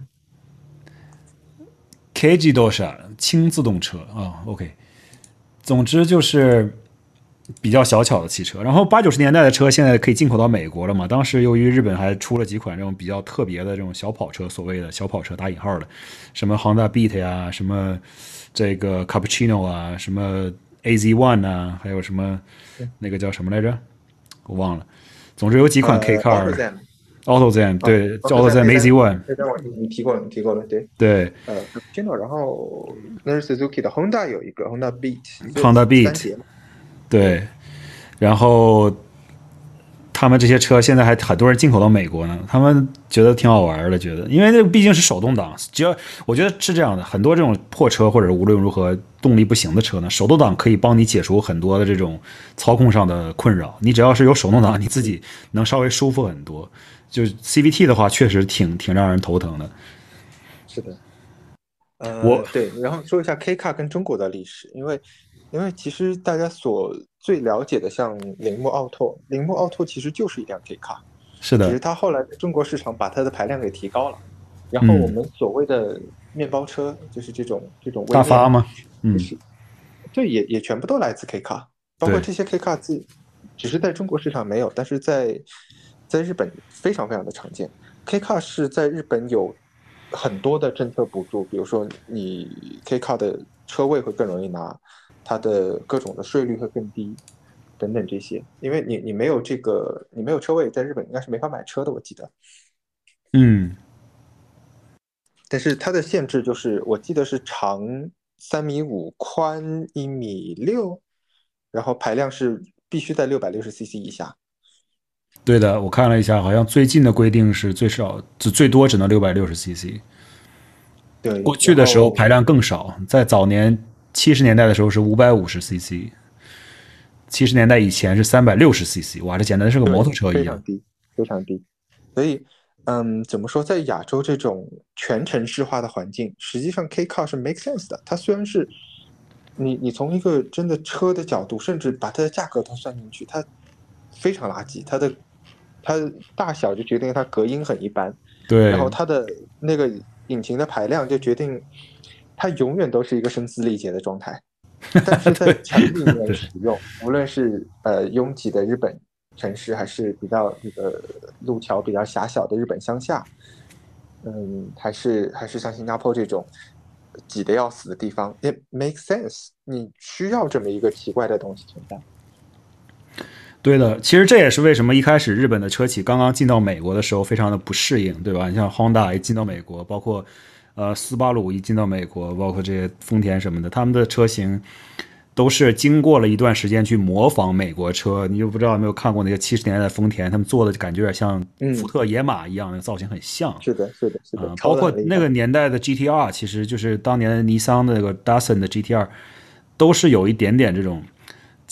K G 多少轻自动车啊、哦、？OK， 总之就是比较小巧的汽车。然后八九十年代的车现在可以进口到美国了嘛？当时由于日本还出了几款这种比较特别的这种小跑车，所谓的小跑车打引号的，什么 Honda Beat 呀，什么这个 Cappuccino 啊，什么 A Z One 啊，还有什么那个叫什么来着？我忘了。总之有几款 K car。AutoZone 对 ，AutoZone A Z One， 你提过了，你提过了，对对。 呃 ，Cappuccino， 然后那是 Suzuki 的 Honda 有一个 Honda Beat，Honda Beat， 对，然后他们这些车现在还很多人进口到美国呢，他们觉得挺好玩的，觉得因为那毕竟是手动挡，只要我觉得是这样的，很多这种破车或者无论如何动力不行的车呢，手动挡可以帮你解除很多的这种操控上的困扰，你只要是有手动挡，你自己能稍微舒服很多。就 C V T 的话，确实挺挺让人头疼的。 是的，呃，我对，然后说一下 K car 跟中国的历史，因为因为其实大家所最了解的，像铃木奥拓，铃木奥拓其实就是一辆 K car， 是的， 只是它后来在中国市场把它的排量给提高了。然后我们所谓的面包车，嗯、就是这种这种大发吗？嗯， 对，也也全部都来自 K car， 包括这些 K car 自只是在中国市场没有，但是在在日本非常非常的常见。K car 是在日本有很多的政策补助，比如说你 K car 的车位会更容易拿，它的各种的税率会更低，等等这些。因为你你没有这个，你没有车位，在日本应该是没法买车的，我记得。 嗯。 但是它的限制就是，我记得是长三米五，宽一米六，然后排量是必须在六百六十 C C 以下。 对的，我看了一下，好像最近的规定是最少，只最多只能六百六十 C C。 对， 过去的时候排量更少，在早年七十年代的时候是五百五十 C C， 七十年代以前是三百六十 C C， 哇，这简直是个摩托车一样， 非常低，非常低。所以，嗯，怎么说，在亚洲这种全城市化的环境，实际上 K car 是 make sense 的。它虽然是你你从一个真的车的角度，甚至把它的价格都算进去，它非常垃圾，它的它大小就决定它隔音很一般， 对， 然后它的那个引擎的排量就决定它永远都是一个声嘶力竭的状态。但是在城里面使用，无论是呃拥挤的日本城市，还是比较这个路桥比较狭小的日本乡下，嗯，还是还是像新加坡这种挤得要死的地方 ，it makes sense， 你需要这么一个奇怪的东西存在。 对的，其实这也是为什么一开始日本的车企刚刚进到美国的时候非常的不适应，对吧？你像 Honda 一进到美国，包括呃斯巴鲁一进到美国，包括这些丰田什么的，他们的车型都是经过了一段时间去模仿美国车。你就不知道有没有看过那个七十年代的丰田，他们做的感觉有点像福特野马一样，那个造型很像。 是的，是的，是的。 呃、包括那个年代的 G T R， 其实就是当年的尼桑的那个 Datsun 的 G T R， 都是有一点点这种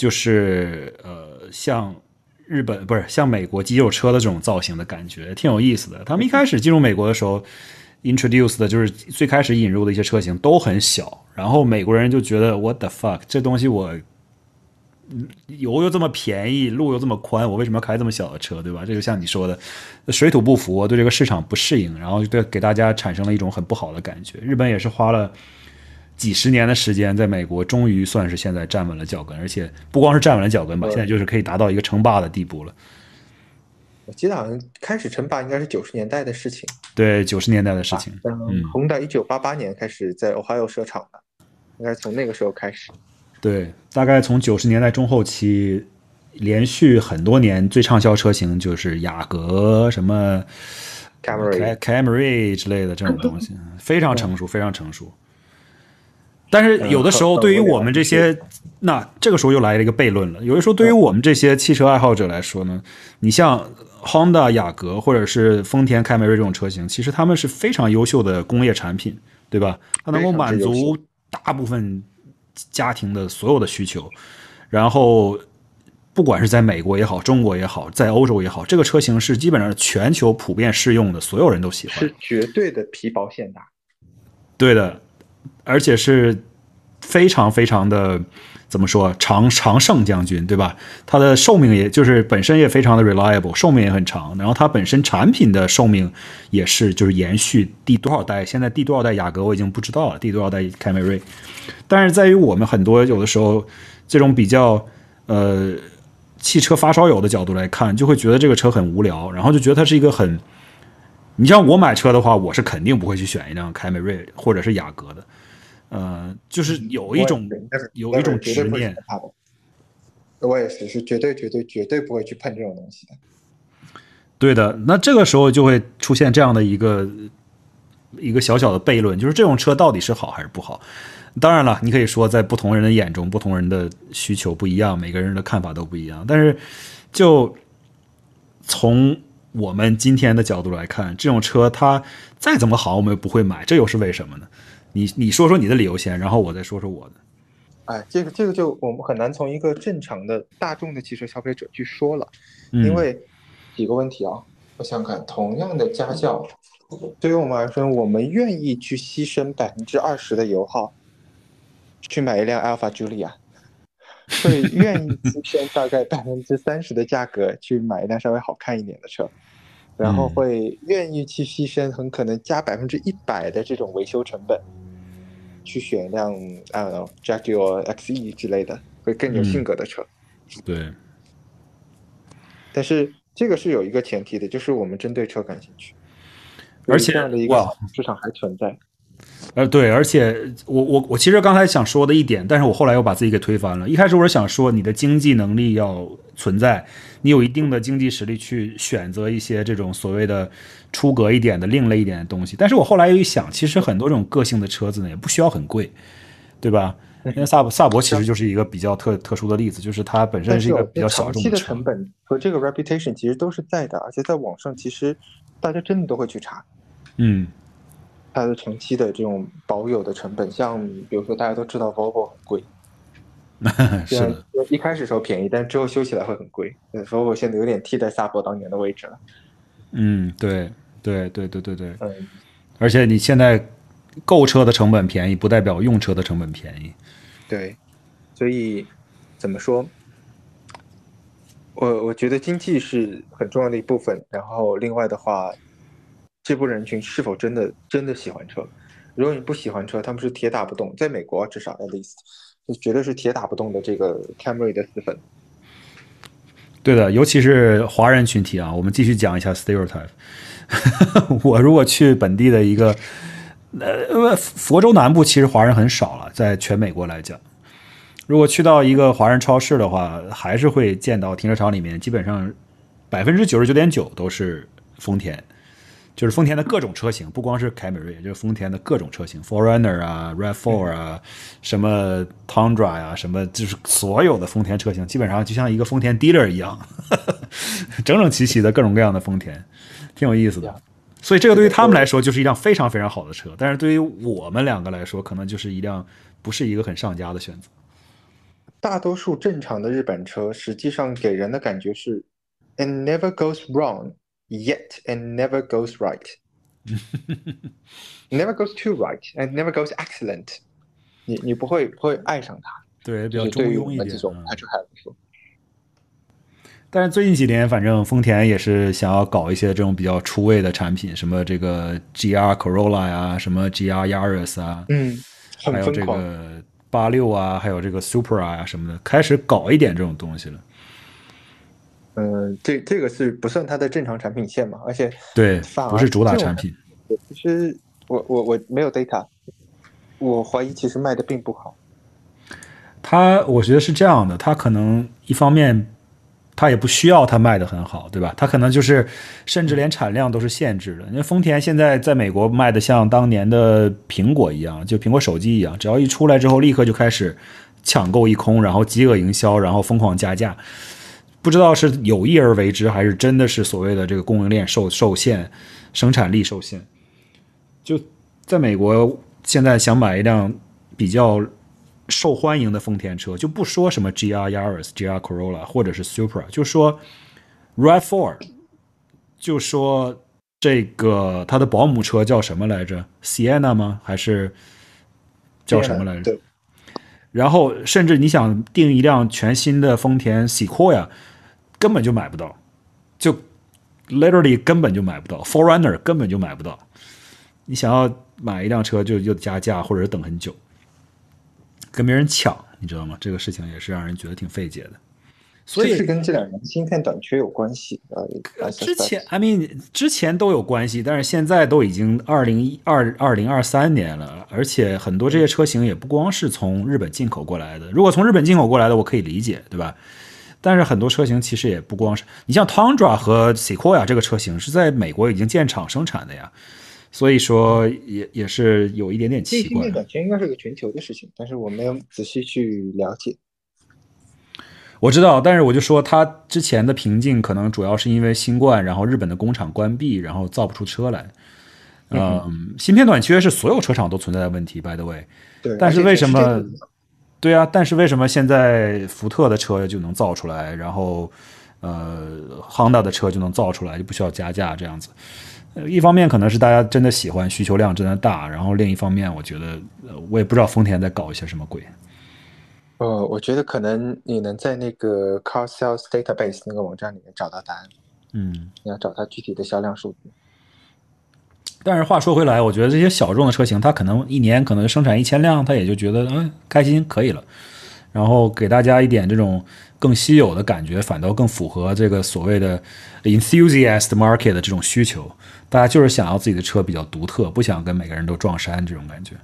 就是呃像日本不是像美国肌肉车的这种造型的感觉，挺有意思的。他们一开始进入美国的时候 ，introduce 的就是最开始引入的一些车型都很小，然后美国人就觉得 what the fuck 这东西我。油又这么便宜，路又这么宽，我为什么要开这么小的车，对吧？这就像你说的，水土不服，对这个市场不适应，然后就对给大家产生了一种很不好的感觉。日本也是花了几十年的时间，在美国终于算是现在站稳了脚跟，而且不光是站稳了脚跟吧，现在就是可以达到一个称霸的地步了。 我记得好像开始称霸应该是九十年代的事情， 对，九十年代的事情。 嗯，Honda一九八八年开始在 Ohio 设厂的，应该是从那个时候开始。 对，大概从九十年代中后期，连续很多年最畅销车型就是雅阁、什么 Camry、 Camry 之类的这种东西，非常成熟，非常成熟。但是有的时候，对于我们这些，那这个时候又来了一个悖论了。有的时候，对于我们这些汽车爱好者来说呢，你像 Honda、雅阁或者是丰田、凯美瑞这种车型，其实他们是非常优秀的工业产品，对吧？它能够满足大部分家庭的所有的需求，然后不管是在美国也好，中国也好，在欧洲也好，这个车型是基本上全球普遍适用的，所有人都喜欢， 是绝对的皮薄馅大， 对的，而且是非常非常的怎么说长长胜将军，对吧？它的寿命也就是本身也非常的 reliable， 寿命也很长，然后它本身产品的寿命也是就是延续第多少代，现在第多少代雅阁我已经不知道了，第多少代凯美瑞。但是在于我们很多有的时候这种比较呃汽车发烧友的角度来看，就会觉得这个车很无聊，然后就觉得它是一个很，你像我买车的话，我是肯定不会去选一辆凯美瑞或者是雅阁的，呃，就是有一种有一种执念。 我也是，是绝对绝对绝对不会去碰这种东西的。 对的，那这个时候就会出现这样的一个一个小小的悖论，就是这种车到底是好还是不好？当然了，你可以说在不同人的眼中，不同人的需求不一样，每个人的看法都不一样。但是，就从我们今天的角度来看，这种车它再怎么好，我们也不会买，这又是为什么呢？你你说说你的理由先，然后我再说说我的。 哎，这个这个就我们很难从一个正常的大众的汽车消费者去说了， 嗯、 因为几个问题啊，我想看，同样的家教，对于我们来说，我们愿意去牺牲百分之二十的油耗。去买一辆 Alpha Giulia， 会愿意牺牲大概百分之三十的价格去买一辆稍微好看一点的车，然后会愿意去牺牲很可能加百分之一百的这种维修成本，去选一辆 I don't know Jaguar X E 之类的，会更有性格的车。 嗯、对。 但是这个是有一个前提的，就是我们真对车感兴趣， 而且这样的一个市场还存在。 呃，对，而且我我我其实刚才想说的一点，但是我后来又把自己给推翻了。一开始我是想说，你的经济能力要存在，你有一定的经济实力去选择一些这种所谓的出格一点的、另类一点的东西。但是我后来又一想，其实很多这种个性的车子呢，也不需要很贵，对吧？因为萨萨博其实就是一个比较特特殊的例子，就是它本身是一个比较小众的车，长期的成本和这个 reputation 其实都是在的，而且在网上其实大家真的都会去查， 嗯。 它的长期的这种保有的成本，像比如说大家都知道 Volvo 很贵， 是的， 一开始时候便宜，但之后修起来会很贵。Volvo 现在有点替代萨博当年的位置了。 嗯，对对对对对对， 嗯， 而且你现在购车的成本便宜，不代表用车的成本便宜。 对，所以怎么说？我我觉得经济是很重要的一部分，然后另外的话。这部人群是否真的真的喜欢车？如果你不喜欢车，他们是铁打不动。在美国，至少 at least， 就绝对是铁打不动的这个 Camry 的死粉。 对的，尤其是华人群体啊，我们继续讲一下 stereotype。我如果去本地的一个，呃，佛州南部其实华人很少了，在全美国来讲，如果去到一个华人超市的话，还是会见到停车场里面基本上百分之九十九点九都是丰田。就是丰田的各种车型，不光是凯美瑞，就是丰田的各种车型 ，four runner 啊 ，rav four 啊，什么 Tundra 呀、啊，什么就是所有的丰田车型，基本上就像一个丰田 dealer 一样，呵呵整整齐齐的各种各样的丰田，挺有意思的。所以这个对于他们来说就是一辆非常非常好的车，但是对于我们两个来说，可能就是一辆不是一个很上佳的选择。 大多数正常的日本车实际上给人的感觉是，it never goes wrong yet it never goes right, never goes too right and never goes excellent。你你不会不会爱上它， 对，比较中就是对于我庸一点。 们这种嗯 petrolhead 来说。 但是最近几年，反正丰田也是想要搞一些这种比较出位的产品，什么这个 G R Corolla 呀，什么 G R Yaris 啊， 嗯， 还有这很疯狂。 个八六啊，还有这个 Supra 啊什么的，开始搞一点这种东西了。 嗯，这这个是不算它的正常产品线嘛，而且对， 反而不是主打这种产品。 其实我我我没有 data，我怀疑其实卖的并不好。 它我觉得是这样的，它可能一方面它也不需要它卖的很好，对吧？它可能就是甚至连产量都是限制的。因为丰田现在在美国卖的像当年的苹果一样，就苹果手机一样，只要一出来之后立刻就开始抢购一空，然后饥饿营销，然后疯狂加价。不知道是有意而为之，还是真的是所谓的这个供应链受受限，生产力受限。就在美国，现在想买一辆比较受欢迎的丰田车，就不说什么 G R Yaris、G R Corolla 或者是 Supra，就说 R A V 四，就说这个它的保姆车叫什么来着 ？Sienna 吗？还是叫什么来着？ 对， 然后甚至你想订一辆全新的丰田 Sequoia，根本就买不到，就 literally 根本就买不到 f o r e r u n n e r 根本就买不到。你想要买一辆车就就加价，或者是等很久，跟别人抢，你知道吗？这个事情也是让人觉得挺费解的。所以这是跟这两年芯片短缺有关系。呃， 之前 I mean 之前都有关系，但是现在都已经二零二二零二三年了，而且很多这些车型也不光是从日本进口过来的。如果从日本进口过来的，我可以理解，对吧？但是很多车型其实也不光是，你像 Tundra 和 Sequoia 这个车型是在美国已经建厂生产的呀，所以说也也是有一点点奇怪。 芯片短缺应该是个全球的事情，但是我没有仔细去了解。 我知道，但是我就说它之前的瓶颈可能主要是因为新冠，然后日本的工厂关闭，然后造不出车来。嗯，芯片短缺是所有车厂都存在的问题 ，by the way。 对， 但是为什么？ 而且是对啊，但是为什么现在福特的车就能造出来，然后呃，Honda 的车就能造出来，就不需要加价这样子？呃一方面可能是大家真的喜欢，需求量真的大，然后另一方面，我觉得呃我也不知道丰田在搞一些什么鬼。 呃，我觉得可能你能在那个 Car Sales Database 那个网站里面找到答案。 嗯， 你要找它具体的销量数据。 但是话说回来，我觉得这些小众的车型，它可能一年可能生产一千辆，它也就觉得嗯开心可以了，然后给大家一点这种更稀有的感觉，反倒更符合这个所谓的 enthusiast market 的这种需求。大家就是想要自己的车比较独特，不想跟每个人都撞衫这种感觉。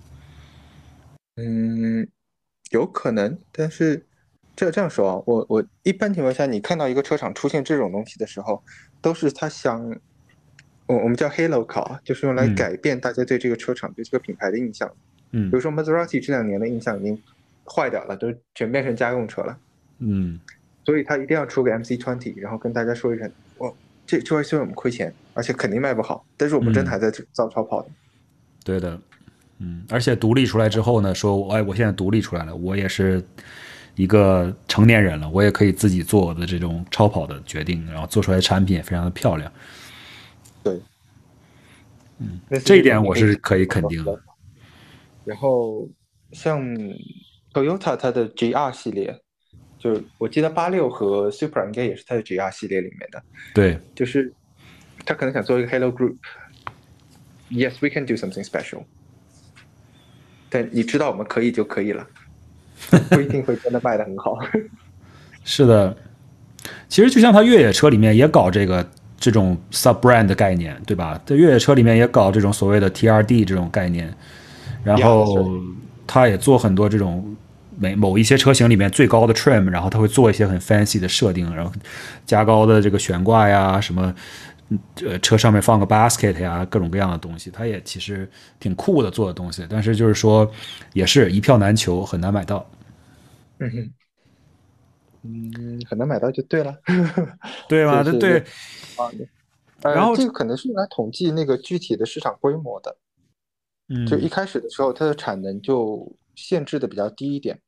嗯，有可能，但是这这样说啊，我我一般情况下，你看到一个车厂出现这种东西的时候，都是他想，我我们叫 halo 考啊，就是用来嗯改变大家对这个车厂、对这个品牌的印象。 嗯比如说 Maserati 这两年的印象已经坏掉了，都全变成家用车了， 嗯， 所以他一定要出个 M C 二十，然后跟大家说一声，哇，这这玩意虽然我们亏钱，而且肯定卖不好，但是我们真的还在造超跑的。 对的，嗯，而且独立出来之后呢，说哎，我现在独立出来了，我也是一个成年人了，我也可以自己做我的这种超跑的决定，然后做出来的产品也非常的漂亮。 对， 嗯， 类似这一点种我是可以肯定的。 然后像 Toyota 它的 G R 系列，就是我记得八六和 Supra 应该也是它的 G R 系列里面的， 对， 就是他可能想做一个 Halo Group。Yes, we can do something special。但你知道我们可以就可以了，不一定会真的卖得很好。 是的，其实就像它越野车里面也搞这个这种 sub brand 的概念，对吧？在越野车里面也搞这种所谓的 T R D 这种概念，然后它也做很多这种每某一些车型里面最高的 trim，然后它会做一些很 fancy 的设定，然后加高的这个悬挂呀，什么呃车上面放个 basket 呀，各种各样的东西，它也其实挺酷的做的东西，但是就是说也是一票难求，很难买到。 嗯哼，嗯，很难买到就对了。 对吗？ 这是对对。 啊，呃， 然后这个可能是用来统计那个具体的市场规模的。就一嗯开始的时候，它的产能就限制的比较低一点，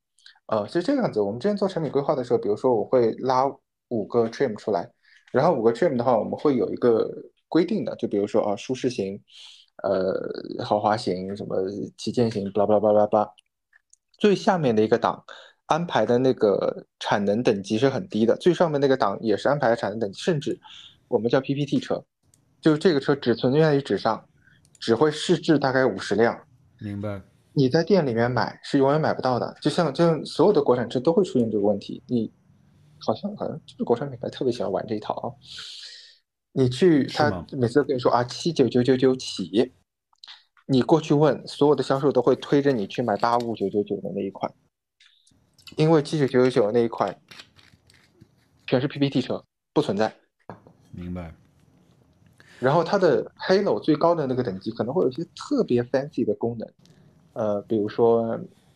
呃，是这个样子。我们之前做产品规划的时候，比如说我会拉五个 trim 出来，然后五个 trim 的话，我们会有一个规定的，就比如说啊，舒适型，呃，豪华型，什么旗舰型，巴拉巴拉巴拉巴拉。最下面的一个档安排的那个产能等级是很低的，最上面那个档也是安排的产能等级，甚至我们叫 P P T 车，就是这个车只存在于纸上，只会试制大概五十辆。 明白。 你在店里面买是永远买不到的，就像就像所有的国产车都会出现这个问题。你好像好像就是国产品牌特别喜欢玩这一套啊。你去，他是吗？ 每次都跟你说啊七九九九九起，你过去问，所有的销售都会推着你去买八五九九九的那一款，因为七九九九九那一款全是 P P T 车，不存在。 明白。 然后它的 Halo 最高的那个等级可能会有一些特别 fancy 的功能，呃，比如说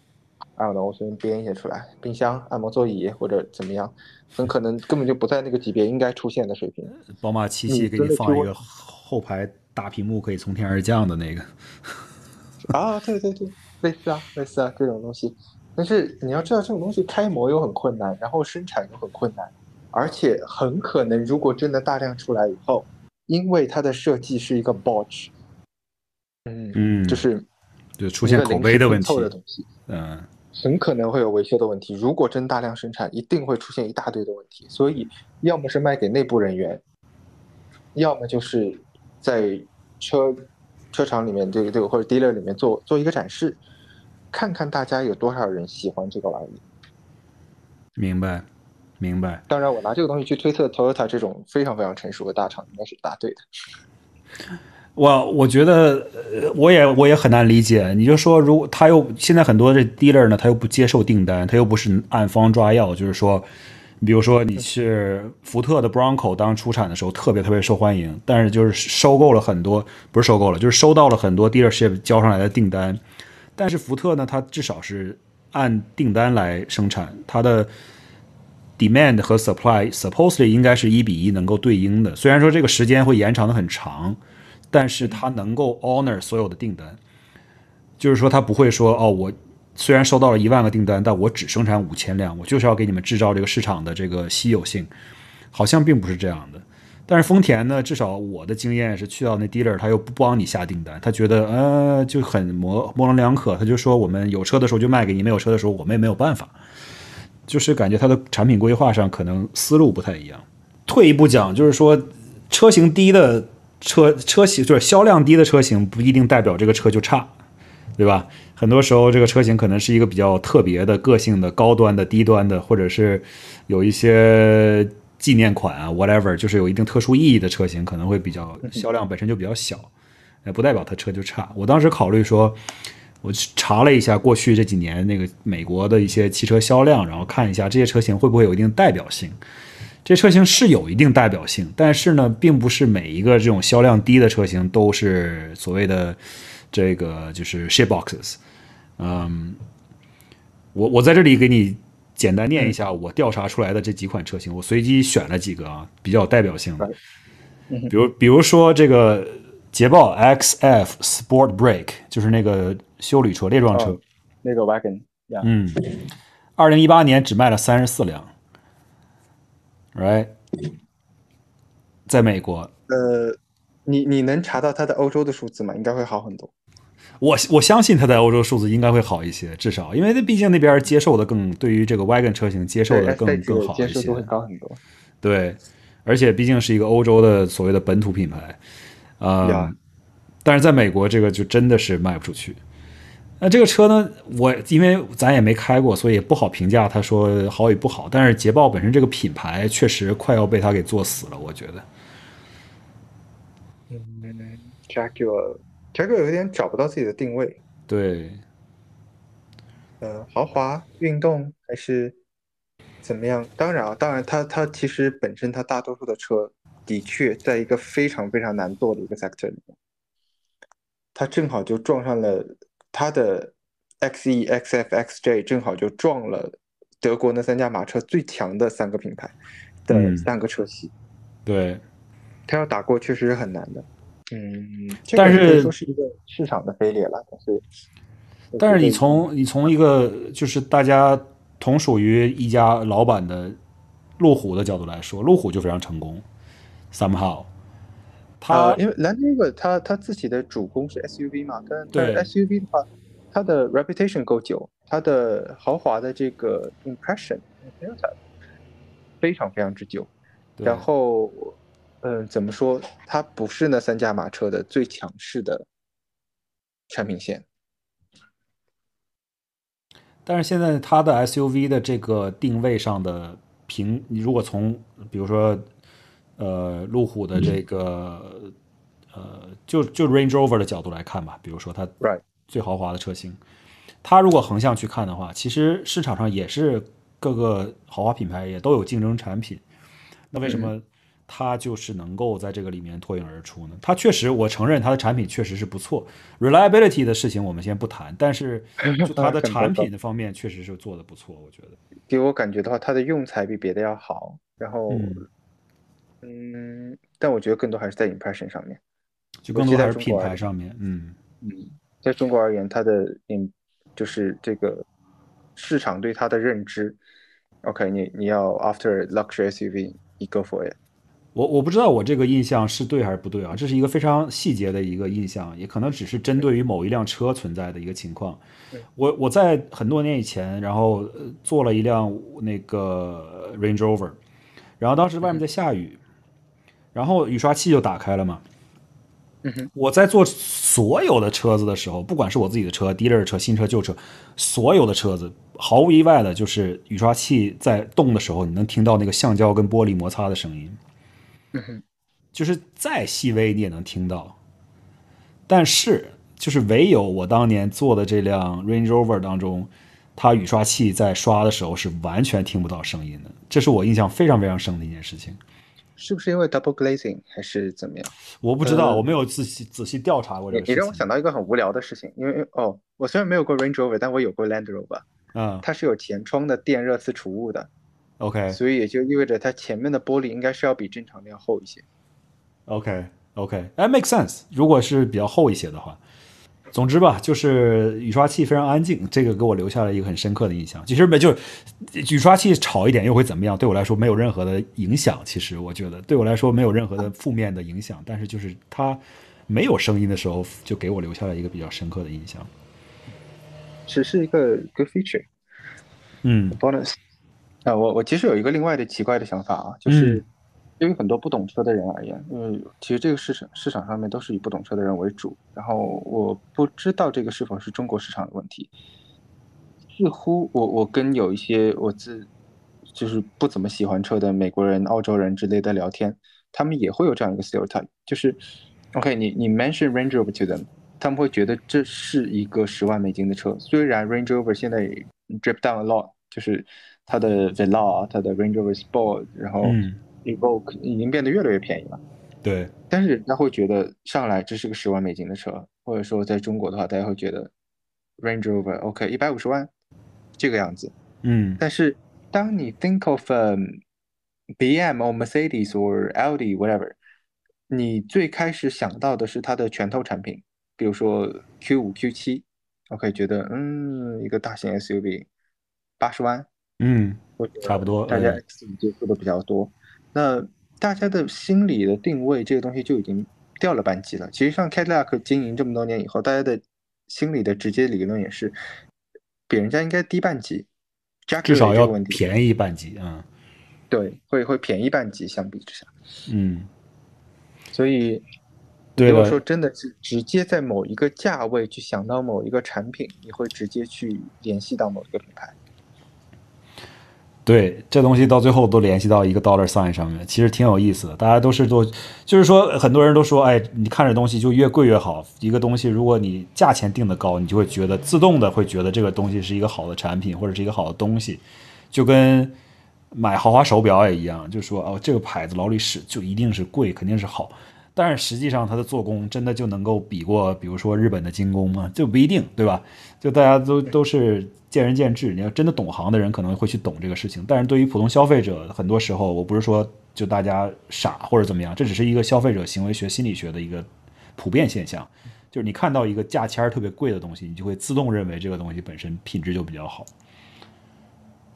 ，I don't know，我随便编一些出来，冰箱、按摩座椅或者怎么样，很可能根本就不在那个级别应该出现的水平。 宝马七你系给你真的去问放一个后排大屏幕可以从天而降的那个。 啊，对对对，类似啊，类似啊这种东西。但是你要知道，这种东西开模又很困难，然后生产又很困难，而且很可能如果真的大量出来以后，因为它的设计是一个 botch，嗯，就嗯， 是就出一现口个临时拼碑的问题。 凑的东西。 嗯， 很可能会有维修的问题。如果真大量生产，一定会出现一大堆的问题。所以，要么是卖给内部人员，要么就是在车车厂里面，这个这个或者 dealer 里面做做一个展示，看看大家有多少人喜欢这个玩意。 明白，明白。 当然，我拿这个东西去推测 Toyota 这种非常非常成熟的大厂，应该是答对的。 我我觉得，呃我也我也很难理解。你就说，如果他又现在很多的 dealer 呢，他又不接受订单，他又不是按方抓药，就是说，比如说你是福特的 Bronco 当出产的时候特别特别受欢迎，但是就是收购了很多，不是收购了，就是收到了很多 dealership 交上来的订单，但是福特呢，它至少是按订单来生产，它的 demand 和 supply supposedly 应该是一比一能够对应的，虽然说这个时间会延长的很长。但是它能够 honor 所有的订单，就是说它不会说哦，我虽然收到了一万个订单，但我只生产五千辆，我就是要给你们制造这个市场的这个稀有性，好像并不是这样的。但是丰田呢，至少我的经验是去到那 dealer，他又不帮你下订单，他觉得呃就很模模棱两可，他就说我们有车的时候就卖给你，没有车的时候我们也没有办法，就是感觉他的产品规划上可能思路不太一样。退一步讲，就是说车型低的。车车型就是销量低的车型不一定代表这个车就差，对吧？很多时候这个车型可能是一个比较特别的、个性的、高端的、低端的，或者是有一些纪念款啊 ，whatever，就是有一定特殊意义的车型，可能会比较销量本身就比较小，不代表它车就差。我当时考虑说，我查了一下过去这几年那个美国的一些汽车销量，然后看一下这些车型会不会有一定代表性。这车型是有一定代表性，但是呢，并不是每一个这种销量低的车型都是所谓的这个就是 shit boxes。嗯，我我在这里给你简单念一下我调查出来的这几款车型，我随机选了几个啊比较有代表性的，比如比如说这个捷豹 X F Sport Brake， 就是那个休旅车、列装车， 哦、那个 wagon，呀、yeah. 嗯，二零一八年只卖了三十四辆。Right， 在美国， 呃，你你能查到它的欧洲的数字吗？应该会好很多。 我我相信它在欧洲数字应该会好一些，至少因为毕竟那边接受的更对于这个 wagon 车型接受的更更好一些， 接受度会高很多。 对，而且毕竟是一个欧洲的所谓的本土品牌，啊、呃 yeah. 但是在美国这个就真的是卖不出去。那这个车呢，我因为咱也没开过，所以也不好评价它说好与不好。但是捷豹本身这个品牌确实快要被它给做死了，我觉得。 嗯 ，Jaguar Jaguar 有点找不到自己的定位。 对， 呃，豪华、运动还是怎么样？当然啊，当然它它其实本身它大多数的车的确在一个非常非常难做的一个 sector 里面，它正好就撞上了它的 X E、X F、X J， 正好就撞了德国那三驾马车最强的三个品牌的三个车系。 嗯、对， 它要打过确实是很难的。嗯， 但是可以说是一个市场的飞裂了，但是。 但是你从你从一个就是大家同属于一家老板的路虎的角度来说，路虎就非常成功。somehow，他呃，因为 Land Rover 它它自己的主攻是 S U V 嘛，但但是对 S U V 的话，它的 reputation 够久，它的豪华的这个 impression 非常非常之久。 对然后，嗯、呃，怎么说？它不是那三驾马车的最强势的产品线。 但是现在它的 S U V 的这个定位上的平，你如果从比如说呃路虎的这个呃就就 Range Rover 的角度来看吧，比如说它 Right， 最豪华的车型，它如果横向去看的话，其实市场上也是各个豪华品牌也都有竞争产品。那为什么它就是能够在这个里面脱颖而出呢？它确实，我承认它的产品确实是不错，reliability 的事情我们先不谈，但是就它的产品的方面确实是做的不错，我觉得。 给我感觉的话，它的用材比别的要好。然后， 嗯， 嗯，但我觉得更多还是在 impression 上面， 就尤其更多还是品在中国而言。 牌上面，嗯。 嗯，在中国而言，它的嗯，就是这个市场对它的认知。OK，你你要 after luxury S U V，你 go for it。 我我不知道我这个印象是对还是不对啊，这是一个非常细节的一个印象，也可能只是针对于某一辆车存在的一个情况。 嗯我我在很多年以前，然后呃做了一辆那个 Range Rover，然后当时外面在下雨，然后雨刷器就打开了嘛。 嗯哼， 我在做所有的车子的时候，不管是我自己的车、dealer 车、新车、旧车，所有的车子毫无意外的就是雨刷器在动的时候，你能听到那个橡胶跟玻璃摩擦的声音。 嗯哼， 就是再细微你也能听到。但是，就是唯有我当年做的这辆 Range Rover 当中，它雨刷器在刷的时候是完全听不到声音的，这是我印象非常非常深的一件事情。 是不是因为 double glazing 还是怎么样？ 我不知道， 呃， 我没有仔细仔细调查过这你你让我个事情。 想到一个很无聊的事情，因为哦，我虽然没有过 Range Rover，但我有过 Land Rover， 嗯它是有前窗的电热刺除物的， ，OK 所以也就意味着它前面的玻璃应该是要比正常的要厚一些。 OK OK，哎，make sense。如果是比较厚一些的话，总之吧，就是雨刷器非常安静，这个给我留下了一个很深刻的印象。其实没就是雨刷器吵一点又会怎么样？对我来说没有任何的影响。其实我觉得对我来说没有任何的负面的影响，但是就是它没有声音的时候，就给我留下了一个比较深刻的印象。 只是一个 good feature 嗯 bonus。啊，我我其实有一个另外的奇怪的想法啊，就嗯是对于很多不懂车的人而言，因为其实这个市场市场上面都是以不懂车的人为主，然后我不知道这个是否是中国市场的问题。似乎我我跟有一些我自就是不怎么喜欢车的美国人、澳洲人之类的聊天，他们也会有这样一个 stereotype，就是 OK，你你 mention Range Rover to them，他们会觉得这是一个十万美金的车。虽然 Range Rover 现在 drip down a lot，就是它的 Velar、它的 Range Rover Sport，然后嗯， Evoque 已经变得越来越便宜了， 对， 但是人家会觉得上来这是个十万美金的车，或者说在中国的话，大家会觉得 Range Rover OK 一百五十万这个样子。 嗯但是当你 think of、um, B M or Mercedes or Audi whatever，你最开始想到的是它的拳头产品，比如说 Q 五、Q 七，OK，觉得嗯，一个大型 S U V 八十万， 嗯， 或者差不多， 大家嗯， X 五接触的比较多，那大家的心理的定位这个东西就已经掉了半级了。其实像 Cadillac 经营这么多年以后，大家的心理的直接理论也是比人家应该低半级。 至 Jaguar 少要这个问题， 便宜半级啊。 对，会会便宜半级相比之下， 嗯， 所以你对了， 如果说真的是直接在某一个价位去想到某一个产品，你会直接去联系到某一个品牌。 对，这东西到最后都联系到一个 dollar sign 上面，其实挺有意思的。大家都是做，就是说很多人都说，哎，你看着东西就越贵越好。一个东西如果你价钱定的高，你就会觉得自动的会觉得这个东西是一个好的产品或者是一个好的东西，就跟买豪华手表也一样，就说哦，这个牌子劳力士就一定是贵，肯定是好。但是实际上它的做工真的就能够比过，比如说日本的精工吗？就不一定，对吧？就大家都都是见仁见智。你要真的懂行的人可能会去懂这个事情，但是对于普通消费者，很多时候我不是说就大家傻或者怎么样，这只是一个消费者行为学、心理学的一个普遍现象。就是你看到一个价签特别贵的东西，你就会自动认为这个东西本身品质就比较好。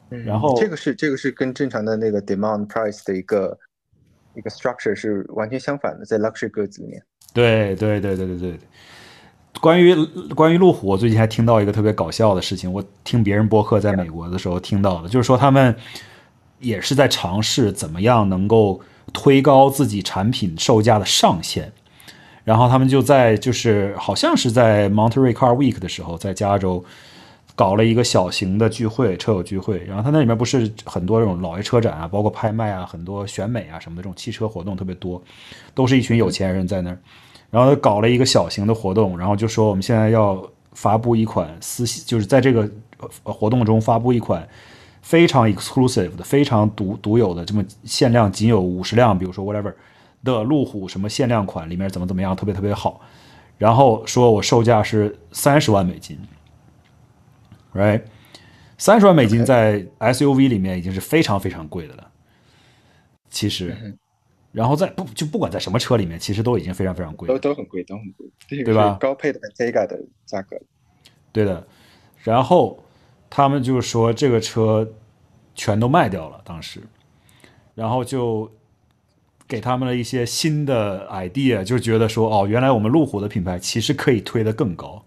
嗯，这然后个是这个是跟正常的那个 demand price 的一个一个 structure 是完全相反的，在 luxury goods 里面。 对对对对对对，关于关于路虎，我最近还听到一个特别搞笑的事情，我听别人播客在美国的时候听到的，就是说他们也是在尝试怎么样能够推高自己产品售价的上限。然后他们就在就是好像是在 Monterey Car Week 的时候，在加州搞了一个小型的聚会，车友聚会。然后他那里面不是很多这种老爷车展啊，包括拍卖啊，很多选美啊什么的这种汽车活动特别多，都是一群有钱人在那儿。然后他搞了一个小型的活动，然后就说我们现在要发布一款私，就是在这个活动中发布一款非常 exclusive 的、非常独独有的这么限量仅有五十辆，比如说 whatever 的路虎什么限量款，里面怎么怎么样，特别特别好。然后说我售价是三十万美金，right？三十万美金 OK， 在 S U V 里面已经是非常非常贵的了，其实。 嗯哼， 然后在不就不管在什么车里面，其实都已经非常非常贵都了， 都很贵，都很贵，这个是对吧？ 高配的 Bentayga 的价格。 对的。然后他们就说这个车全都卖掉了，当时，然后就给他们了一些新的 idea，就觉得说，哦，原来我们路虎的品牌其实可以推得更高。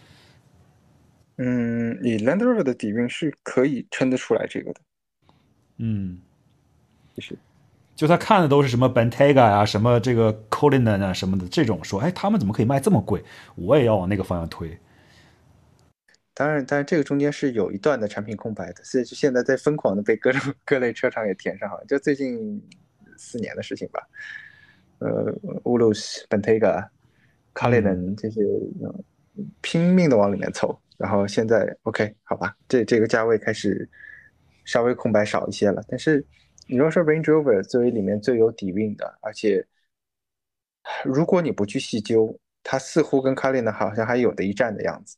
嗯，以 Land Rover 的底蕴是可以撑得出来这个的， 嗯， 其实。 就他看的都是什么 Bentayga 啊，什么这个 Cullinan 啊什么的这种，说，哎，他们怎么可以卖这么贵？我也要往那个方向推。 当然，当然，这个中间是有一段的产品空白的，所以就现在在疯狂的被各种各类车厂也填上了，就最近四年的事情吧。呃，乌鲁斯、Bentayga、卡雷嗯， 伦这些、呃拼命的往里面凑，然后现在 OK 好吧，这这个价位开始稍微空白少一些了。但是你要说 Range Rover 作为里面最有底蕴的，而且如果你不去细究，它似乎跟卡雷伦好像还有的一战的样子，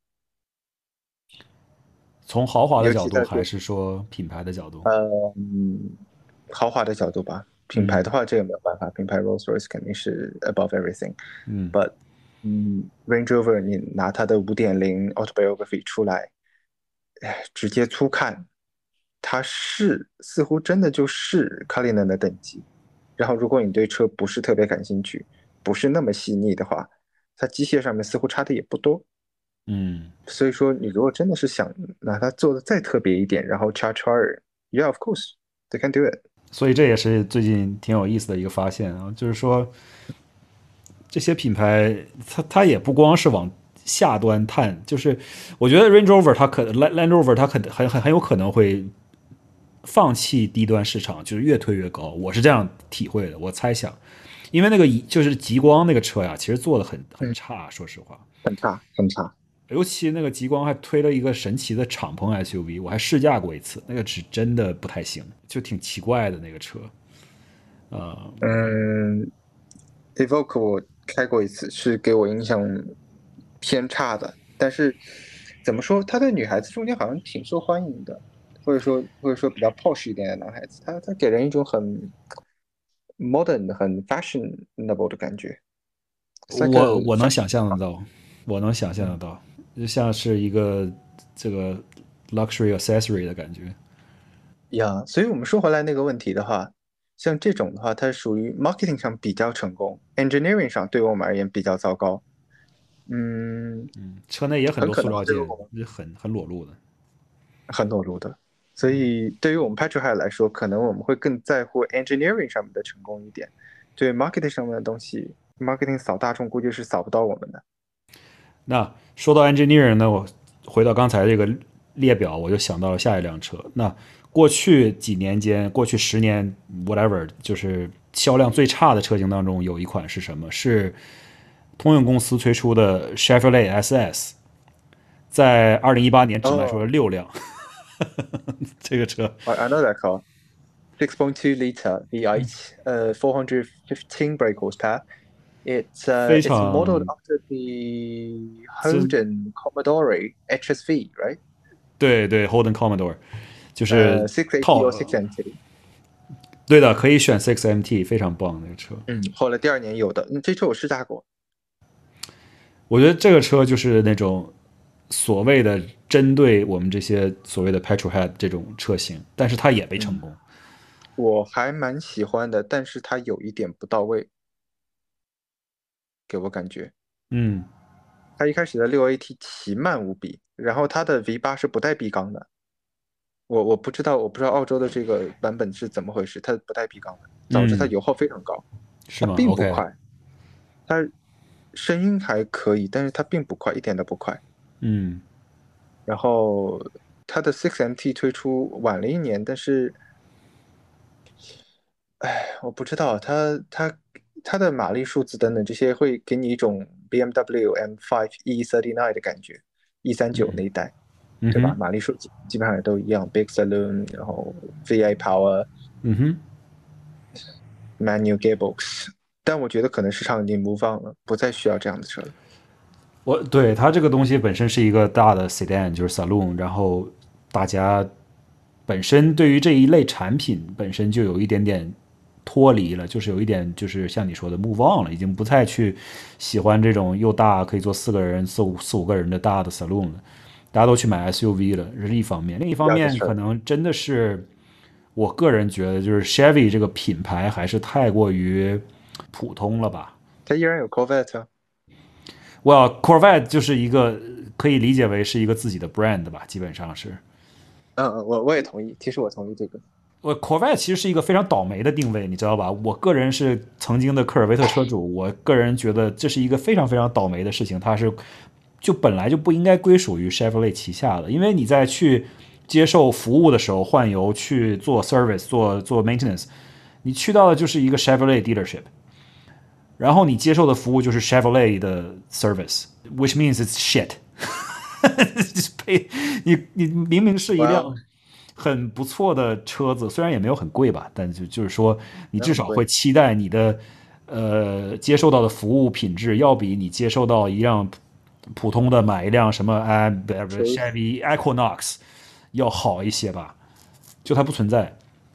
从豪华的尤角度， 其在做还是说品牌的角度？ 呃嗯豪华的角度吧。品牌的嗯话，这个没有办法，品牌 Rolls-Royce 肯定是 above everything。 嗯 But 嗯，Range Rover 你拿它的五点零 Autobiography 出来，哎，直接粗看，它是似乎真的就是 Cullinan 的等级。然后，如果你对车不是特别感兴趣，不是那么细腻的话，它机械上面似乎差的也不多。 嗯， 所以说，你如果真的是想拿它做的再特别一点，然后 charge harder，yeah of course they can do it。 所以这也是最近挺有意思的一个发现啊，就是说这些品牌，它它也不光是往下端探，就是我觉得 Range Rover 它可 Land Land Rover 它可很很很有可能会放弃低端市场，就是越推越高。我是这样体会的，我猜想，因为那个就是极光那个车呀，其实做的很很嗯， 差，说实话。 很差，很差。 尤其那个极光还推了一个神奇的敞篷 S U V，我还试驾过一次，那个是真的不太行，就挺奇怪的那个车。呃， 嗯，Evoque 我开过一次，是给我印象偏差的。但是怎么说，他在女孩子中间好像挺受欢迎的，或者说或者说比较 posh 一点的男孩子，他他给人一种很 modern、很 fashionable 的感觉。It's like 我 a 我能 fashion。 想象得到，我能想象得嗯， 到，就像是一个这个 luxury accessory 的感觉。 呀，所以我们说回来那个问题的话，像这种的话，它属于 marketing 上比较成功，engineering 上对我们而言比较糟糕。嗯， 车内也很多很可能塑料件， 对于我们就很很裸露的。 很裸露的。所以对于我们 petrol head 来说，可能我们会更在乎 engineering 上面的成功一点。对 marketing 上面的东西，marketing 扫大众估计是扫不到我们的。 那说到 engineering 呢，我回到刚才这个列表，我就想到了下一辆车。那过去几年间，过去十年 whatever，就是销量最差的车型当中有一款是什么？是通用公司推出的 Chevrolet S S，在二零一八年只卖出了哦、 六辆。这个车 I I know that car. six point two liter V eight, uh, four hundred fifteen brake horsepower. It's uh, 非 it's modeled 常， after the 这 Holden Commodore H S V, right? 对对，Holden Commodore 就呃是 ，six eighty or 套， six M T。 对的，可以选 Six M T，非常棒那个车。 嗯，后来第二年有的，嗯，这车我试驾过。 我觉得这个车就是那种所谓的针对我们这些所谓的 petrolhead 这种车型，但是它也被成功。 嗯，我还蛮喜欢的，但是它有一点不到位，给我感觉。 嗯它一开始的六 A T 奇慢无比，然后它的 V 八是不带闭缸的。我我不知道，我不知道澳洲的这个版本是怎么回事，它不带闭缸的，导致它嗯， 油耗非常高。它是吗？OK， 并不快，它声音还可以，但是它并不快，一点都不快。 嗯然后它的 Six M T 推出晚了一年，但是，哎，我不知道它它它的马力数字等等这些会给你一种 B M W M 五 E 三十九的感觉，E 三九那一代，对吧？ 嗯哼马力数基基本上也都一样，Big Saloon，然后 V eight Power。 嗯哼。 Manual gearbox，但我觉得可能市场已经 move on 了，不再需要这样的车了。 我对它这个东西本身是一个大的 sedan，就是 saloon，然后大家本身对于这一类产品本身就有一点点脱离了，就是有一点就是像你说的 move on 了，已经不太去喜欢这种又大可以坐四个人、四五四五个人的大的 saloon 了，大家都去买 S U V 了，这是一方面。另一方面，可要的事儿， 能真的是我个人觉得，就是 Chevy 这个品牌还是太过于普通了吧。 它依然有 Corvette 啊。 Well, Corvette 就是一个可以理解为是一个自己的 brand 吧，基本上是。 嗯嗯，我我也同意，其实我同意这个。 我 Corvette 其实是一个非常倒霉的定位，你知道吧？我个人是曾经的科尔维特车主，我个人觉得这是一个非常非常倒霉的事情，它是就本来就不应该归属于 Chevrolet 旗下的，因为你在去接受服务的时候换油、去做 service、做做 maintenance，你去到的就是一个 Chevrolet dealership，然后你接受的服务就是 Chevrolet 的 service，which means it's shit 呸！你你明明是一辆哇哦， 很不错的车子，虽然也没有很贵吧，但就就是说，你至少会那很贵。 期待你的呃接受到的服务品质要比你接受到一辆普通的买一辆什么啊不不 Truth Chevy Equinox 要好一些吧？就它不存在。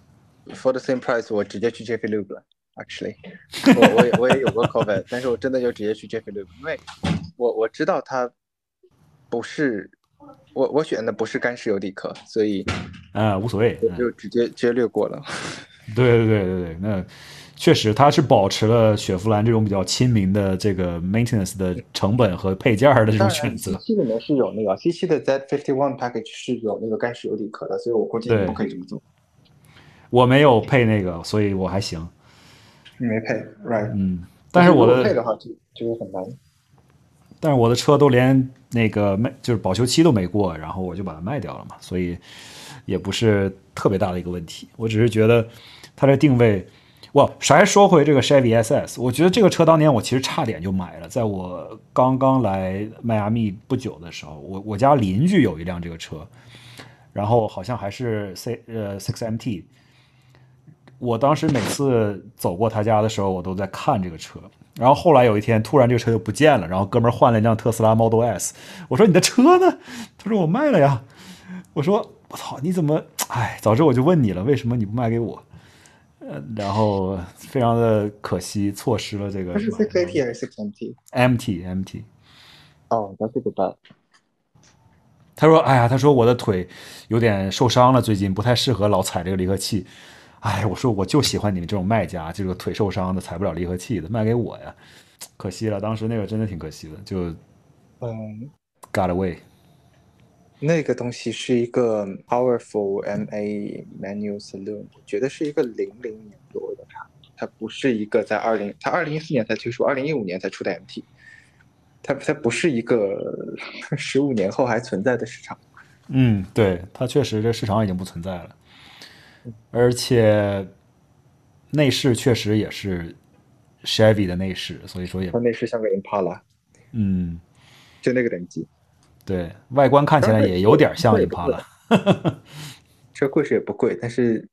for the same price，我直接去 Jiffy Lube 了。Actually，我我也我也有过 Corvette，但是我真的就直接去 Jiffy Lube，因为我我知道它不是我我选的不是干式油底壳，所以啊、无所谓， 我嗯， 就直接直接略过了。 对对对对对，那确实它是保持了雪佛兰这种比较亲民的这个 maintenance 的成本和配件的这种当然，C 选择。 七里面是有那个 C 七的 Z fifty one package 是有那个干式油底壳的，所以我估计你不对， 可以这么做。 我没有配那个，所以我还行。 你没配，right？ 嗯， 但是如果但是我的配的话就就会很难。 但是我的车都连那个卖就是保修期都没过，然后我就把它卖掉了嘛，所以也不是特别大的一个问题。我只是觉得它这定位，哇，还说回这个 Chevy S S，我觉得这个车当年我其实差点就买了，在我刚刚来迈阿密不久的时候，我我家邻居有一辆这个车，然后好像还是 C 呃 Six M T，我当时每次走过他家的时候，我都在看这个车。然后后来有一天，突然这个车就不见了，然后哥们儿换了一辆特斯拉 Model S。我说你的车呢？他说我卖了呀。我说我操，你怎么？哎，早知我就问你了，为什么你不卖给我？呃，然后非常的可惜，错失了这个它是买 six A T 还是 six M T？ M T M T。 哦，那这个办。 他说：“哎呀，他说我的腿有点受伤了，最近不太适合老踩这个离合器。哎，我说我就喜欢你们这种卖家，这个腿受伤的踩不了离合器的，卖给我呀。可惜了，当时那个真的挺可惜的，就嗯， got away。 那个东西是一个 Powerful M A Manual Saloon，我觉得是一个零零年左右的产品，它不是一个在二零，它二零一四年才推出，二零一五年才出的 M T，它它不是一个十五年后还存在的市场。 嗯，对，它确实这市场已经不存在了，而且内饰确实也是 Chevy 的内饰，所以说也它内饰像个 Impala， 嗯， 就那个等级。 对外观看起来当然也有点像车也不贵， Impala。 车贵是也不贵，但是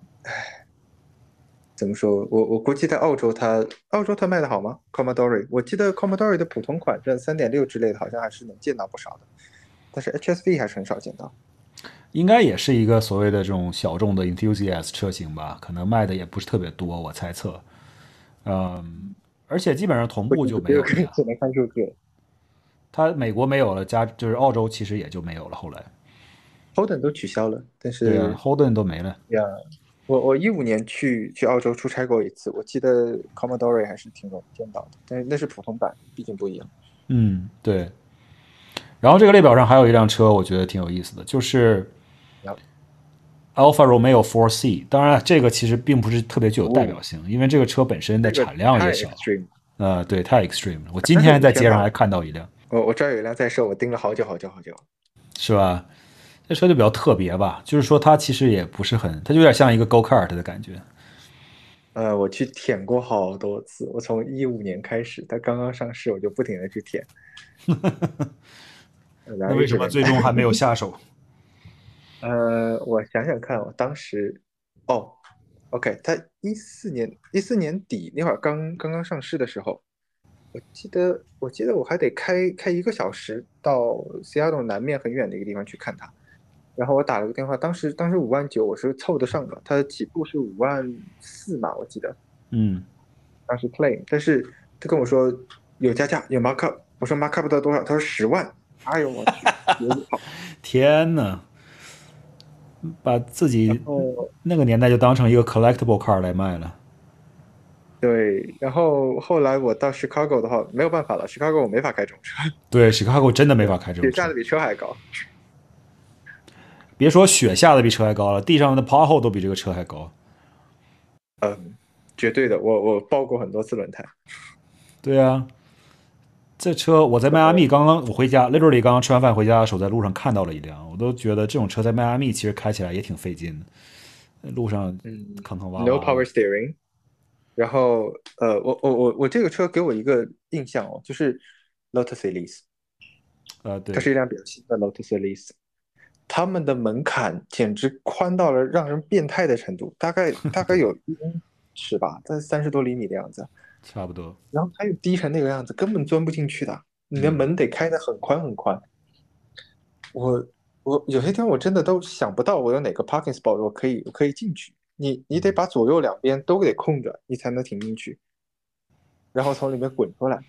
怎么说？我我估计在澳洲它，澳洲它卖的好吗？Commodore，我记得 Commodore 的普通款这三点六之类的，好像还是能见到不少的，但是 H S V 还是很少见到。 应该也是一个所谓的这种小众的 enthusiast 车型吧，可能卖的也不是特别多，我猜测。嗯，而且基本上同步就估计只有没有了呀。 只能看数据。 它美国没有了，加就是澳洲其实也就没有了。后来， Holden 都取消了，但对啊是 ，Holden 都没了。 呀，我我一五年去去澳洲出差过一次，我记得 Commodore 还是挺容易见到的，但是那是普通版，毕竟不一样。 嗯，对。然后这个列表上还有一辆车，我觉得挺有意思的，就是然后 Alfa Romeo 四 C。当然，这个其实并不是特别具有代哦， 表性，因为这个车本身的这个产量也太小。 extreme， 呃，对，太 extreme 了。我今但是天在我天呐， 街上还看到一辆， 我我这儿有一辆在售，我盯了好久好久好久。 是吧？这车就比较特别吧，就是说它其实也不是很，它就有点像一个 go kart 的感觉。 呃，我去舔过好多次，我从一五年开始，它刚刚上市，我就不停的去舔，呃然那为什后一直没买。 么最终还没有下手？ 呃，我想想看，我当时，哦，OK，它一四年一四年底那会儿刚刚刚上市的时候，我记得我记得我还得开开一个小时到西雅图南面很远的一个地方去看它，然后我打了个电话，当时当时五万九我是凑得上的，它的起步是五万四嘛，我记得嗯， 当时 Play，但是他跟我说有加价有 markup，我说 markup 到多少？他说十万，哎呦我去，有点好， 天呐，把自然己后那个年代就当成一个 collectible car 来卖了。 对，然后后来我到 Chicago 的话没有办法了，Chicago 我没法开这种车， 对，Chicago 真的没法开这种车， 雪下的比车还高， 别说雪下的比车还高了，地上的 pothole 都比这个车还高。 绝对的，我我爆过很多次轮胎， 对啊，这车我在迈阿密刚刚我回家，literally 刚刚吃完饭回家的时候，在路上看到了一辆，我都觉得这种车在迈阿密其实开起来也挺费劲的，路上嗯坑坑洼 ，no 洼的。 power steering，然后呃，我我我我这个车给我一个印象哦，就是 Lotus Elise， 呃，对， 它是一辆比较新的 Lotus Elise，他们的门槛简直宽到了让人变态的程度，大概大概对， 有一英尺吧，在三十多厘米的样子， 差不多。 然后它又低成那个样子，根本钻不进去的，你的嗯， 门得开得很宽很宽。我我有些地方我真的都想不到我有哪个 parking spot 我可以我可以进去，你你得把左右两边都给空着，你才能停进去，然后从里面滚出来。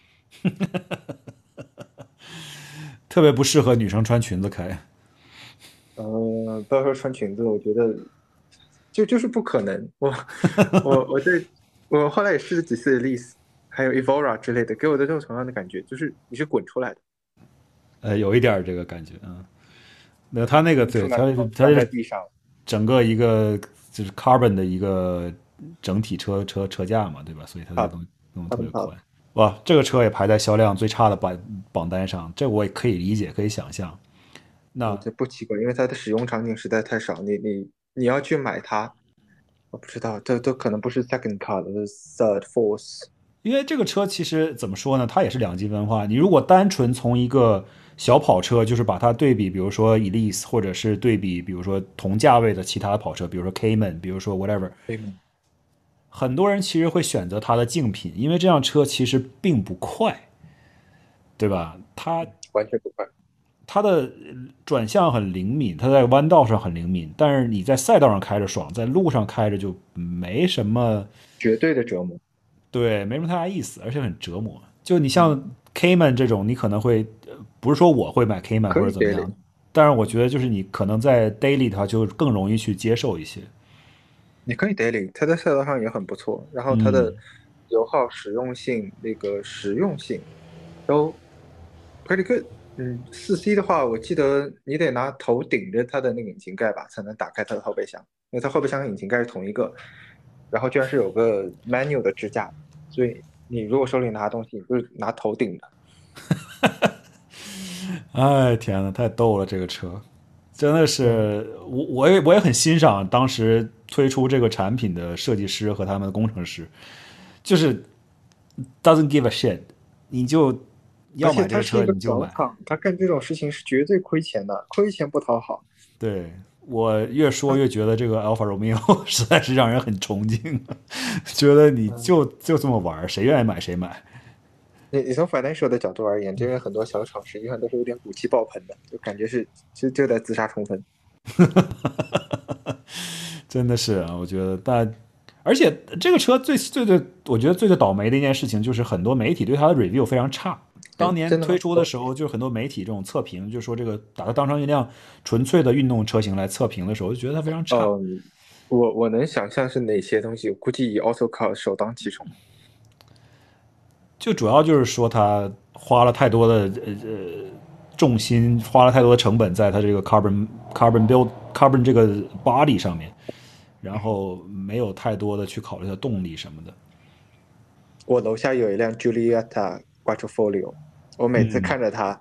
特别不适合女生穿裙子开。 呃，不要说穿裙子，我觉得就就是不可能。我我我在我后来也试了几次 Elise，还有 Evora 之类的，给我的都是同样的感觉，就是你是滚出来的， 呃，有一点这个感觉，嗯，那他那个你出对他来之后他是钻在地上。 整个一个就是 carbon 的一个整体车车车架嘛，对吧？所以它这个东西弄得特别宽。 很好。 哇，这个车也排在销量最差的榜榜单上，这我也可以理解，可以想象。 呃， 那这不奇怪，因为它的使用场景实在太少，你你你要去买它，我不知道，这都可能不是 second car 了，这是 third fourth。 因为这个车其实怎么说呢，它也是两极分化。你如果单纯从一个小跑车，就是把它对比，比如说 Elise，或者是对比，比如说同价位的其他的跑车，比如说 Cayman，比如说 whatever， 对吗？ 很多人其实会选择它的竞品，因为这辆车其实并不快，对吧？它完全不快， 它的转向很灵敏，它在弯道上很灵敏，但是你在赛道上开着爽，在路上开着就没什么， 绝对的折磨。 对，没什么太大意思，而且很折磨。就你嗯， 像 Cayman 这种，你可能会，呃不是说我会买 Cayman 或可以者怎么样， daily， 但是我觉得就是你可能在 daily 的话就更容易去接受一些。 你可以 daily，它在赛道上也很不错，然后它的嗯， 油耗、实用性、那个实用性都 pretty good。嗯，四 C 的话，我记得你得拿头顶着它的那个引擎盖吧，才能打开它的后备箱，因为它后备箱和引擎盖是同一个，然后居然是有个 manual 的支架，所以你如果手里拿东西，你就是拿头顶的。 哎天呐，太逗了，这个车真的嗯， 是我我也我也很欣赏当时推出这个产品的设计师和他们的工程师，就是 doesn't give a shit，你就而要买这个且它是一个车你就买。 小厂，他干这种事情是绝对亏钱的，亏钱不讨好。 对，我越说他越觉得这个 Alfa Romeo 实在是让人很崇敬，觉得你嗯， 就就这么玩谁愿意买谁买。 你你从 financial 的角度而言，这边很多小厂实际上都是有点骨气爆棚的，就感觉是就就在自杀冲锋。 真的是啊，我觉得，但而且这个车最最最，我觉得最最倒霉的一件事情就是很多媒体对它的 review 非常差。 当年真的吗？ 推出的时候，就是很多媒体这种测评，就说这个把它当成一辆纯粹的运动车型来测评的时候，就觉得它非常差。 嗯，我我能想象是哪些东西，我估计以 Autocar 首当其冲。 就主要就是说它花了太多的呃呃重心，花了太多的成本在它这个 carbon carbon build carbon 这个 body 上面，然后没有太多的去考虑它动力什么的。 我楼下有一辆 Giulietta Quattrofolio，我每次看着它，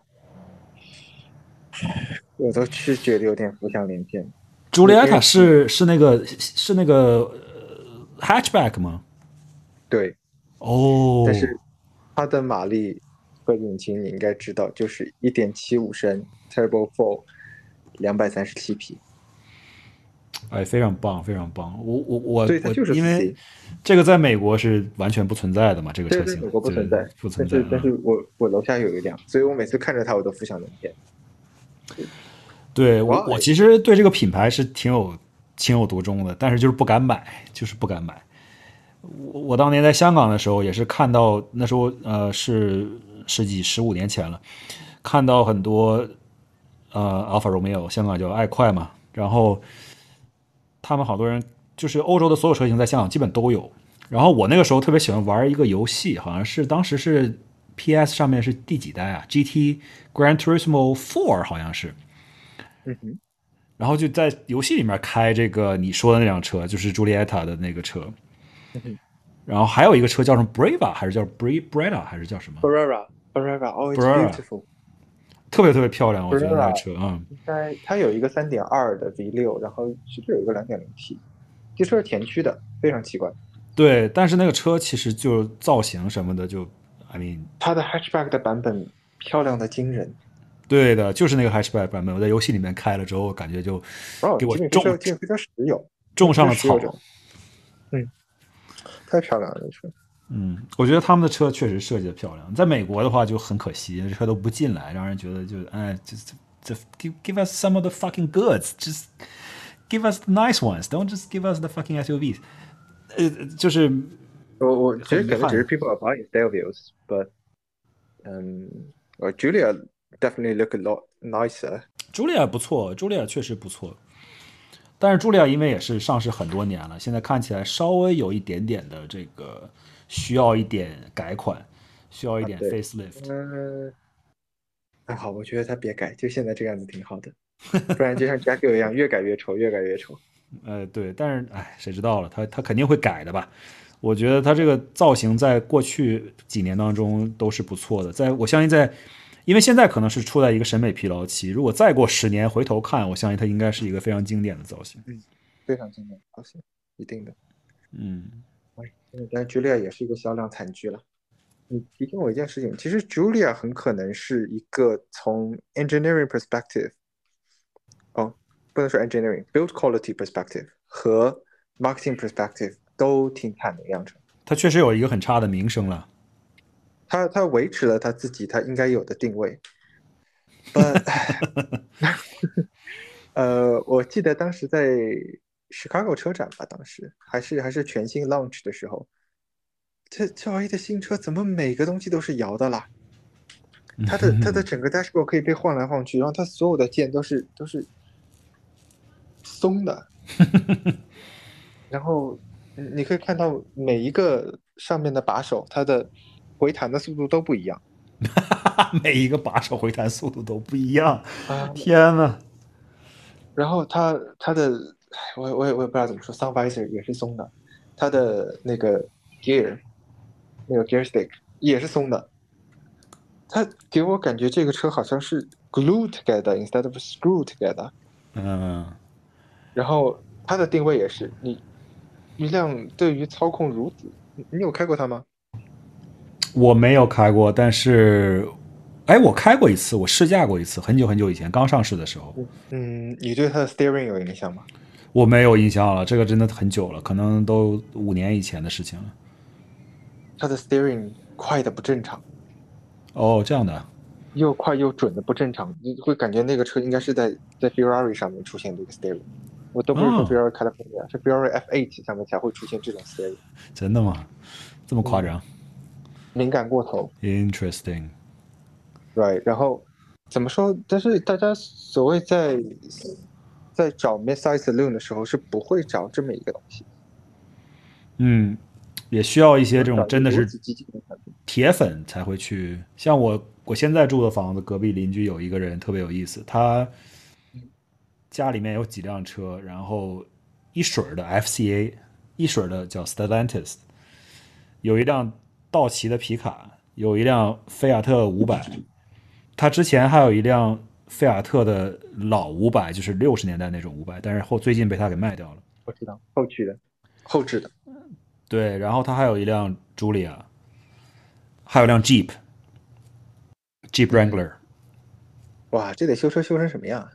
我都是觉得有点浮想联翩。 朱丽叶塔因为是是那个是那个呃 hatchback 吗？ 对，但哦， 是它的马力和引擎你应该知道，就是一点七五升 Turbo Four，两百三十七匹， 哎，非常棒，非常棒！我我我对，它我， 就是因为四 C， 这个在美国是完全不存在的嘛，这个车型这个在美国不就存在。 不存但是但在啊。 是我我楼下有一辆，所以我每次看着它我都浮想联翩。 对我我 Why？ 其实对这个品牌是挺有情有独钟的，但是就是不敢买，就是不敢买。我我当年在香港的时候也是看到，那时候呃是十几十五年前了，看到很多呃 Alfa Romeo，香港叫爱快嘛，然后他们好多人就是欧洲的所有车型在香港基本都有。然后我那个时候特别喜欢玩一个游戏，好像是当时是 P S 上面是第几代啊？G T Gran Turismo Four 好像是。 嗯哼， 然后就在游戏里面开这个你说的那辆车，就是朱丽叶塔的那个车。 嗯哼然后还有一个车叫什么 Brava 还是叫 Bre Breda 还是叫什么 ，Barrera Barrera，Oh it's Brera， beautiful。 特别特别漂亮，我觉得那个 Barrera 车啊、嗯应该它有一个三点二的 V 六，然后是不是有一个两点零 T？这车是田区的，非常奇怪。 对，但是那个车其实就造型什么的就，I mean， 它的 hatchback 的版本漂亮的惊人。 对的，就是那个 hatchback 版本。我在游戏里面开了之后，感觉就哦， 给我种极品飞车，极品飞车十有，极种品飞车上了草。 十有这种，嗯，太漂亮了，这车。 嗯，我觉得他们的车确实设计的漂亮。在美国的话就很可惜，这车都不进来，让人觉得就哎，就就 give give us some of the fucking goods，just give us the nice ones，don't just give us the fucking S U Vs。呃，就是我我其很实可能只是遗憾。 people are buying Stelvios，but 嗯，呃，Julia definitely look a lot nicer。 茱莉亚不错，茱莉亚确实不错，但是茱莉亚因为也是上市很多年了，现在看起来稍微有一点点的这个需要一点改款，需要一啊， 点对， facelift。 嗯，还好，我觉得他别改，就现在这个样子挺好的，不然就像 Jaguar 一样，越改越丑，越改越丑。 呃，对，但是哎，谁知道了，他他肯定会改的吧？我觉得他这个造型在过去几年当中都是不错的，在我相信在，因为现在可能是处在一个审美疲劳期，如果再过十年回头看，我相信它应该是一个非常经典的造型。 嗯，非常经典，好行，一定的。 嗯， 哎，嗯但是 Julia 也是一个销量惨剧了。你提醒我一件事情，其实 Julia 很可能是一个从 engineering perspective，哦，不能说 engineering，build quality perspective 和 marketing perspective 都挺惨的样子。 它确实有一个很差的名声了。 他他维持了他自己他应该有的定位，but 呃，我记得当时在 Chicago 车展吧，当时还是还是全新 launch 的时候，这这玩意的新车怎么每个东西都是摇的啦？它的它的整个 dashboard 可以被晃来晃去，然后它所有的键都是都是松的，然后嗯你可以看到每一个上面的把手，它的回弹的速度都不一样每一个把手回弹速度都不一样。 啊。 天呐， 然后它它的，唉我也我也我也不知道怎么说，sun visor 也是松的，它的那个 gear 那个 gear stick 也是松的，它给我感觉这个车好像是 glue together instead of screw together。 嗯， 然后它的定位也是，你一辆对于操控如此，你你有开过它吗？ 我没有开过，但是，哎，我开过一次，我试驾过一次，很久很久以前刚上市的时候。 嗯嗯，你对它的 steering 有影响吗？ 我没有印象了，这个真的很久了，可能都五年以前的事情了。 它的 steering 快的不正常， 哦，这样的。 又快又准的不正常，你会感觉那个车应该是在在 Ferrari 上面出现的一个 steering。我都不是说哦， Ferrari California，是 Ferrari F 八 上面才会出现这种 steering， 真的吗？这么夸嗯， 张敏感过头。 ？Interesting。 ，right。然后怎么说？但是大家所谓在在找 mid-size saloon 的时候，是不会找这么一个东西， 嗯，也需要一些这种不会找一个真的是如此激进的产品。 铁粉才会去。像我我现在住的房子隔壁邻居有一个人特别有意思，他家里面有几辆车，然后一水儿的 F C A，一水儿的叫 Stellantis，有一辆道奇的皮卡，有一辆菲亚特五百，他之前还有一辆菲亚特的老五百，就是六十年代那种五百，但是后最近被他给卖掉了。 我知道后驱的，后置的。 对，然后他还有一辆茱莉亚，还有辆 Jeep Jeep 嗯， Wrangler。 哇，这得修车修成什么样啊？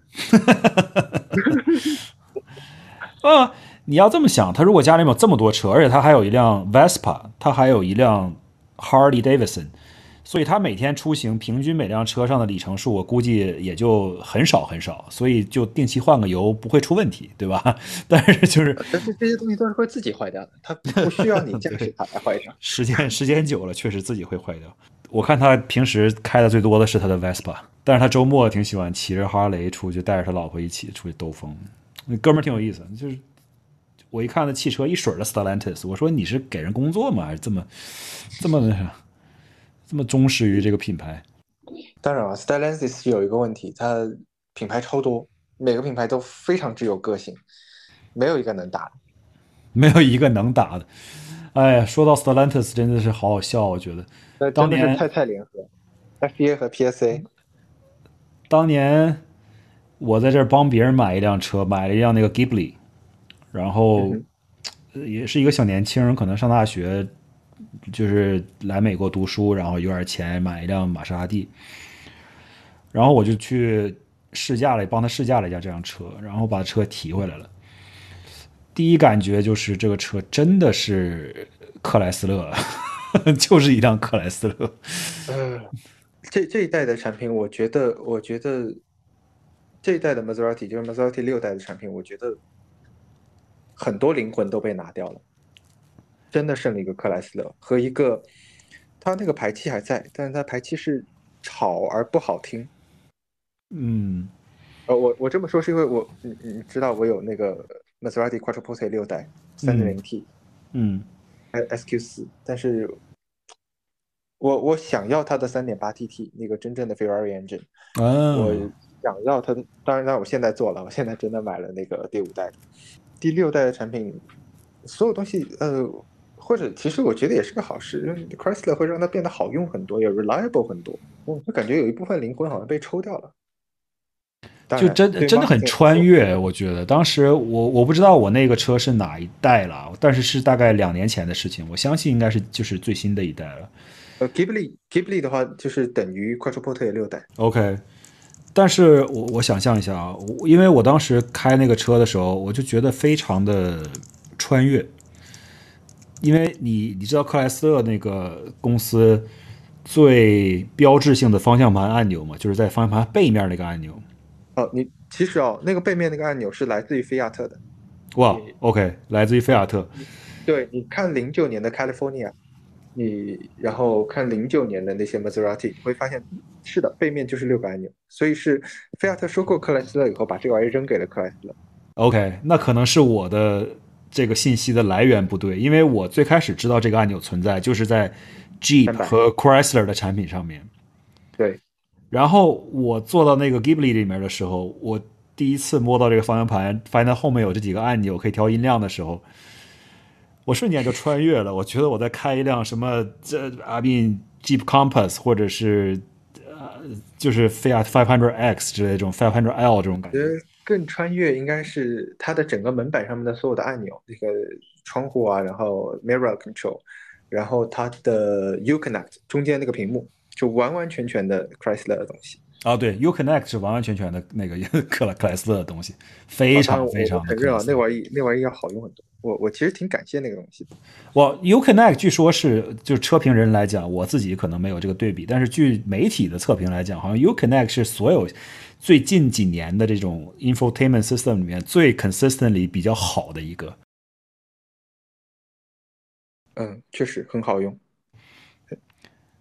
啊，你要这么想，他如果家里面有这么多车，而且他还有一辆 Vespa，他还有一辆 Harley Davidson，所以他每天出行平均每辆车上的里程数，我估计也就很少很少，所以就定期换个油不会出问题，对吧？但是就是但是这些东西都是会自己坏掉的，它不需要你驾驶它来坏掉。 时间时间久了，确实自己会坏掉。我看他平时开的最多的是他的 Vespa，但是他周末挺喜欢骑着哈雷出去，带着他老婆一起出去兜风。那哥们儿挺有意思，就是我一看那汽车一水的 Stellantis，我说你是给人工作吗？还是这么这么那啥，这么忠实于这个品牌？ 当然了 ，Stellantis 有一个问题，它品牌超多，每个品牌都非常之有个性，没有一个能打的。 没有一个能打的。哎呀，说到 Stellantis 真的是好好笑，我觉得那真的是当年太菜联合，F I A 和 P S A。 当年我在这儿帮别人买一辆车，买了一辆那个 Ghibli，然后嗯哼。 呃也是一个小年轻人，可能上大学，就是来美国读书，然后有点钱买一辆玛莎拉蒂，然后我就去试驾了，帮他试驾了一下这辆车，然后把车提回来了。第一感觉就是这个车真的是克莱斯勒，就是一辆克莱斯勒。 呃，这这一代的产品，我觉得，我觉得这一代的 Maserati 就是 Maserati 六代的产品，我觉得很多灵魂都被拿掉了，真的剩了一个克莱斯勒和一个，它那个排气还在，但是它排气是吵而不好听。 嗯呃，我我这么说是因为我，你你知道我有那个 Maserati Quattroporte 六代三点嗯零 T 嗯 S Q 四，但是我我想要它的 三点八 T T 那个真正的 Ferrari engine，我啊想要它的，当然，当然我现在做了，我现在真的买了那个第五代的，第六代的产品，所有东西，呃，或者其实我觉得也是个好事，因为 Chrysler 会让它变得好用很多，也 reliable 很多，我就感觉有一部分灵魂好像被抽掉了。当就然，对真真的很 marketing 来说， 穿越。我觉得当时我我不知道我那个车是哪一代了，但是是大概两年前的事情，我相信应该是就是最新的一代了。 呃，Ghibli Ghibli 的话就是等于 Quattroporte 六代。 OK，但是我我想象一下啊，我因为我当时开那个车的时候，我就觉得非常的穿越，因为你你知道克莱斯勒那个公司最标志性的方向盘按钮嘛，就是在方向盘背面那个按钮。 哦，你其实哦，那个背面那个按钮是来自于菲亚特的。 哇你 ，OK，来自于菲亚特。 你对，你看零九年的 California，你然后看零九年的那些 Maserati，你会发现是的，背面就是六个按钮，所以是菲亚特收购克莱斯勒以后，把这个玩意扔给了克莱斯勒。 OK，那可能是我的这个信息的来源不对，因为我最开始知道这个按钮存在，就是在 Jeep 三百， 和 Chrysler 的产品上面。 对， 然后我坐到那个 Ghibli 里面的时候，我第一次摸到这个方向盘，发现它后面有这几个按钮可以调音量的时候，我瞬间就穿越了。我觉得我在开一辆什么这 I mean Jeep Compass，或者是呃就是菲亚 Five Hundred X 之类的这种 Five Hundred L 这种感觉。 觉得更穿越应该是它的整个门板上面的所有的按钮，那个窗户啊，然后 mirror control，然后它的 Uconnect 中间那个屏幕，就完完全全的 Chrysler 的东西。 哦，对，Uconnect 是完完全全的那个克莱克莱斯勒的东西， 啊， 非当然我我常非常的承认啊， 克莱斯勒。 那玩意那玩意要好用很多。我我其实挺感谢那个东西的。 我 Uconnect 据说是就车评人来讲，我自己可能没有这个对比，但是据媒体的测评来讲，好像 Uconnect 是所有最近几年的这种 infotainment system 里面最 consistently 比较好的一个。 嗯，确实很好用。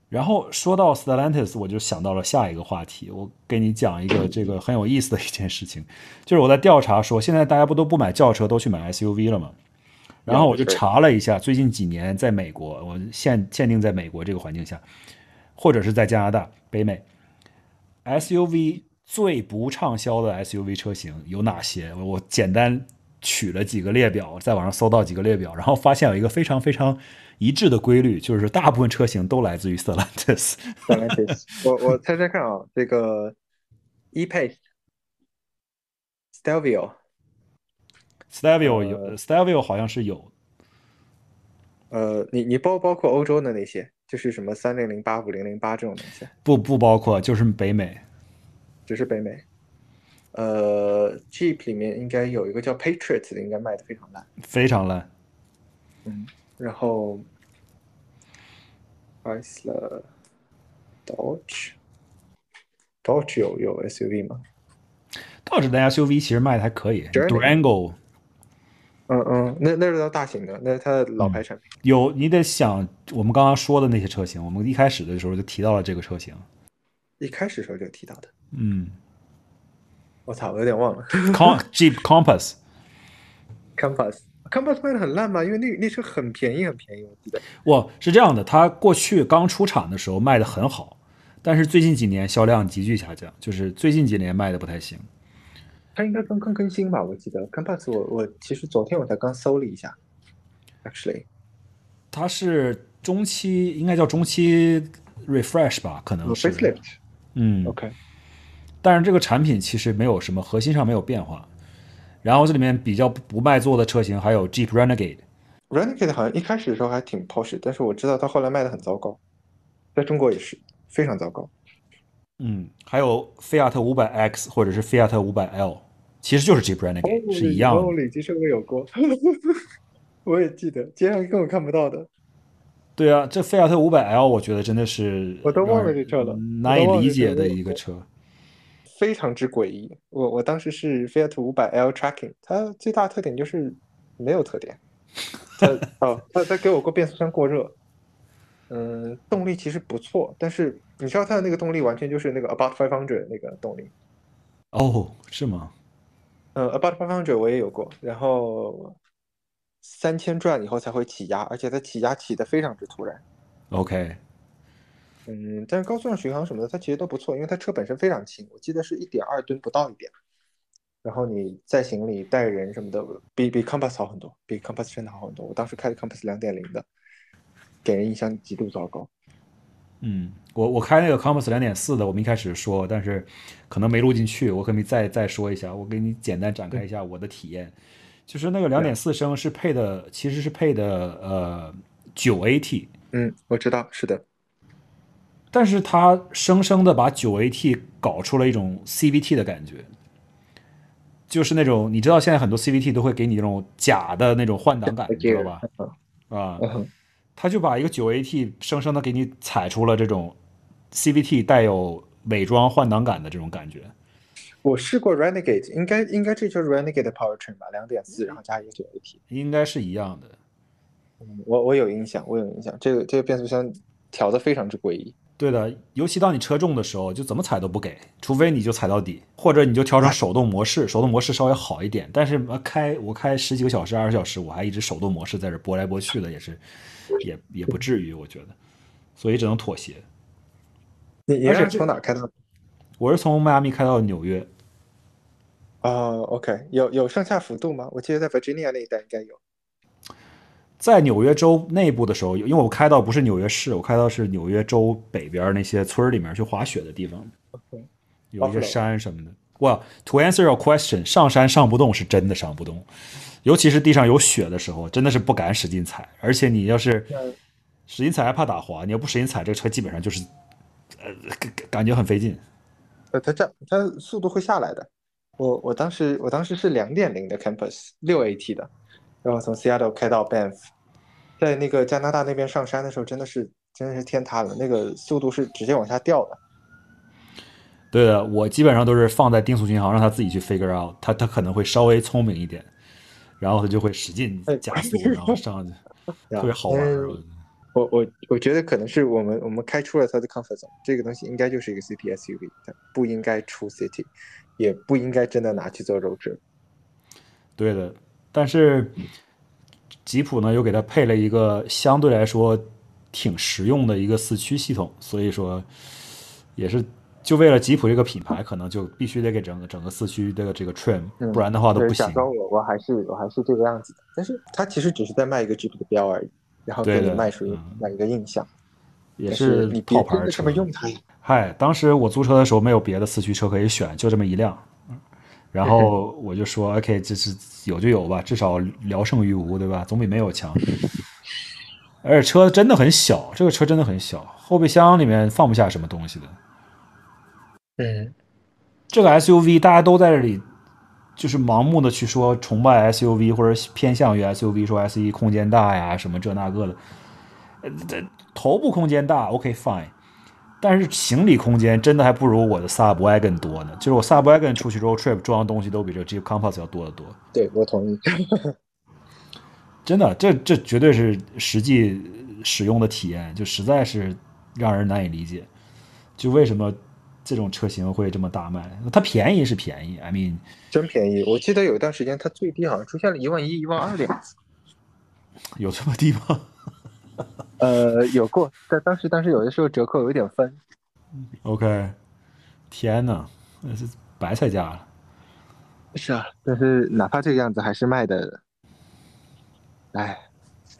然后说到 Stellantis，我就想到了下一个话题，我给你讲一个这个很有意思的一件事情，就是我在调查说，现在大家不都不买轿车，都去买 S U V 了吗？然后我就查了一下，最近几年在美国，我限限定在美国这个环境下，或者是在加拿大、北美 ，S U V 最不畅销的 S U V 车型有哪些？我简单取了几个列表，在网上搜到几个列表，然后发现有一个非常非常一致的规律，就是大部分车型都来自于 Stellantis。 Stellantis，我我猜猜看啊，这个 E-Pace、Stelvio、 Stelvio 有呃 ，Stelvio 好像是有， 呃，你你包包括欧洲的那些，就是什么三零零八、五零零八这种东西， 不不包括，就是北美。 只是北美。呃，Jeep 里面应该有一个叫 Patriot 的，应该卖的非常烂。 非常烂。 嗯，然后 Chrysler、Dodge、Dodge 有有 S U V 吗道指的 S U V 其实卖的还可以 ？Journey， ，Durango 嗯嗯，那那是到大型的，那是它的老牌产品。 有，你得想我们刚刚说的那些车型，我们一开始的时候就提到了这个车型。 一开始时候就提到的， 嗯我操，我有点忘了。 ，Con Jeep Compass， Compass Compass 卖的很烂吗？因为那那车很便宜，很便宜，我记得。 哇，是这样的，它过去刚出厂的时候卖的很好，但是最近几年销量急剧下降，就是最近几年卖的不太行。 它应该刚刚更新吧？我记得 Compass，我我其实昨天我才刚搜了一下，actually， 它是中期，应该叫中期 refresh 吧，可能有是。 facelift。 嗯， OK， 但是这个产品其实没有什么核心上没有变化。然后这里面比较不卖座的车型还有 Jeep Renegade。 Renegade 好像一开始的时候还挺 posh，但是我知道它后来卖的很糟糕，在中国也是非常糟糕。 嗯，还有菲亚特五百 X 或者是菲亚特五百 L，其实就是 Jeep Renegade，是一 Holy 样的。 Holy，其实我有过，我也记得，街上根本看不到的， 对啊，这菲亚特五百 L 我觉得真的是我都忘了让人这车了，我难以都忘了这车理解的我有过， 一个车。 非常之诡异。我我当时是 Fiat 五百 L Tracking，它最大的特点就是没有特点。它哦，它它给我过变速箱过热，嗯，动力其实不错，但是你知道它的那个动力完全就是那个 About Five Hundred 那个动力。 哦，是吗呃，About Five Hundred 我也有过，然后三千转以后才会起压，而且它起压起的非常之突然。 ？OK， 嗯，但是高速上巡航什么的，它其实都不错，因为它车本身非常轻，我记得是一点二吨不到一点。然后你载行李带人什么的，比比 Compass 好很多，比 Compass 真的好很多。我当时开的 Compass 两点零的，给人印象极度糟糕。 嗯，我我开那个 Compass 两点四的，我们一开始说，但是可能没录进去，我可以再再说一下，我给你简单展开一下我的体验。就是那个两点四升是配的，其实是配的呃九 A T， 嗯，我知道，是的。 但是它生生的把九 A T 搞出了一种 C V T 的感觉，就是那种你知道现在很多 C V T 都会给你那种假的那种换挡感，你知道吧？啊， 嗯， 他就把一个九 A T 生生的给你踩出了这种 C V T 带有伪装换挡感的这种感觉。 我试过 Renegade，应该应该这就是 Renegade 的 Powertrain 吧，两点四，然后加一个九 A T。 应该是一样的。 嗯，我我有印象，我有印象，这个这个变速箱调的非常之诡异。 对的，尤其当你车重的时候，就怎么踩都不给，除非你就踩到底，或者你就调成手动模式，手动模式稍微好一点。但是开我开十几个小时、二十小时，我还一直手动模式在这拨来拨去的，也是也也不至于，我觉得，所以只能妥协。 你你是从哪开的？ 我是从迈阿密开到纽约。 哦，OK，有有上下幅度吗？我记得在 Virginia 那一带应该有。 在纽约州内部的时候，因为我开到不是纽约市，我开到是纽约州北边那些村里面去滑雪的地方，有一些山什么的。哇、well, ，To answer your question， 上山上不动是真的上不动，尤其是地上有雪的时候，真的是不敢使劲踩。而且你要是使劲踩还怕打滑，你要不使劲踩，这个车基本上就是呃感觉很费劲。 呃，它这它速度会下来的。我我当时我当时是两点零的 Campus 六 A T 的，然后从 Seattle 开到 Banff，在那个加拿大那边上山的时候，真的是真的是天塌了，那个速度是直接往下掉的。 对的，我基本上都是放在定速巡航，让他自己去 figure out，他他可能会稍微聪明一点，然后他就会使劲加速，然后上去，特别好玩。 我我我觉得可能是我们我们开出了它的 comfort zone，这个东西应该就是一个 City S U V，它不应该出 City，也不应该真的拿去做 road trip。 对的，但是吉普呢又给它配了一个相对来说挺实用的一个四驱系统，所以说也是就为了吉普这个品牌，可能就必须得给整个整个四驱这个这个 trim，不嗯， 然的话都就是不行。 假装我我还是我还是这个样子的，但是它其实只是在卖一个 Jeep 的标而已，然后给对的， 你卖出卖一个印象，但是也是你别套牌真的这么车。 用它呀。 嗨，当时我租车的时候没有别的四驱车可以选，就这么一辆。然嗯哼， 后我就说，OK，这是有就有吧，至少聊胜于无，对吧？总比没有强。而且车真的很小，这个车真的很小，后备箱里面放不下什么东西的。 嗯， 这个 S U V 大家都在这里就是盲目的去说崇拜 S U V 或者偏向于 S U V，说 S 一空间大呀什么这那个的，呃，这头部空间大，OK fine，但是行李空间真的还不如我的 Subwagon 多呢。就是我 Subwagon 出去 road trip 装的东西都比这 Jeep Compass 要多得多。 对，我同意。 真的，这这绝对是实际使用的体验，就实在是让人难以理解，就为什么这种车型会这么大卖？它便宜是便宜，I mean， 真便宜，我记得有一段时间它最低好像出现了一万一、一万二的样子。 有这么低吗呃，有过，但当时当时有的时候折扣有一点分。 ？OK，天呐，那是白菜价了。 是啊，但是哪怕这个样子还是卖的，哎，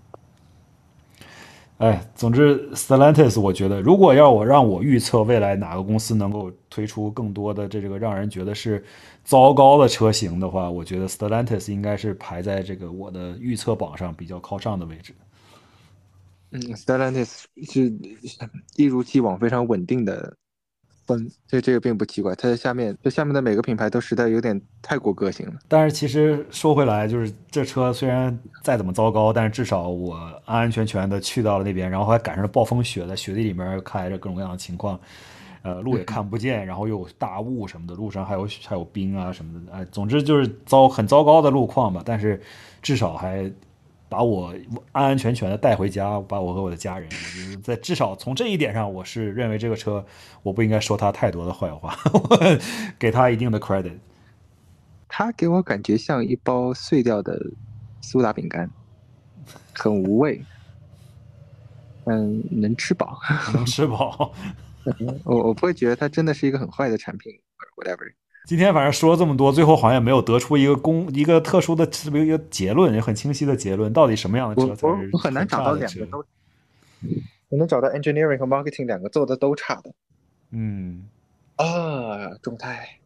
哎，总之，Stellantis，我觉得如果要我让我预测未来哪个公司能够推出更多的这这个让人觉得是糟糕的车型的话，我觉得 Stellantis 应该是排在这个我的预测榜上比较靠上的位置。 嗯，Stellantis 是一如既往非常稳定的分，这这个并不奇怪。它的下面，这下面的每个品牌都实在有点太过个性了。 但是其实说回来，就是这车虽然再怎么糟糕，但是至少我安安全全的去到了那边，然后还赶上了暴风雪，在雪地里面开着各种各样的情况，呃，路也看不见，然后又有大雾什么的，路上还有还有冰啊什么的，哎，总之就是糟很糟糕的路况吧。但是至少还把我安安全全的带回家，把我和我的家人，就是在至少从这一点上，我是认为这个车我不应该说它太多的坏话，给它一定的 credit。 它给我感觉像一包碎掉的苏打饼干，很无味，嗯，能吃饱。 能吃饱。 我我不会觉得它真的是一个很坏的产品，whatever。 今天反正说了这么多，最后好像也没有得出一个公一个特殊的一个结论，也很清晰的结论，到底什么样的车我才是我我很难很找到差的车？ 两个都，我能找到 engineering 和 marketing 两个做的都差的嗯， 啊，众泰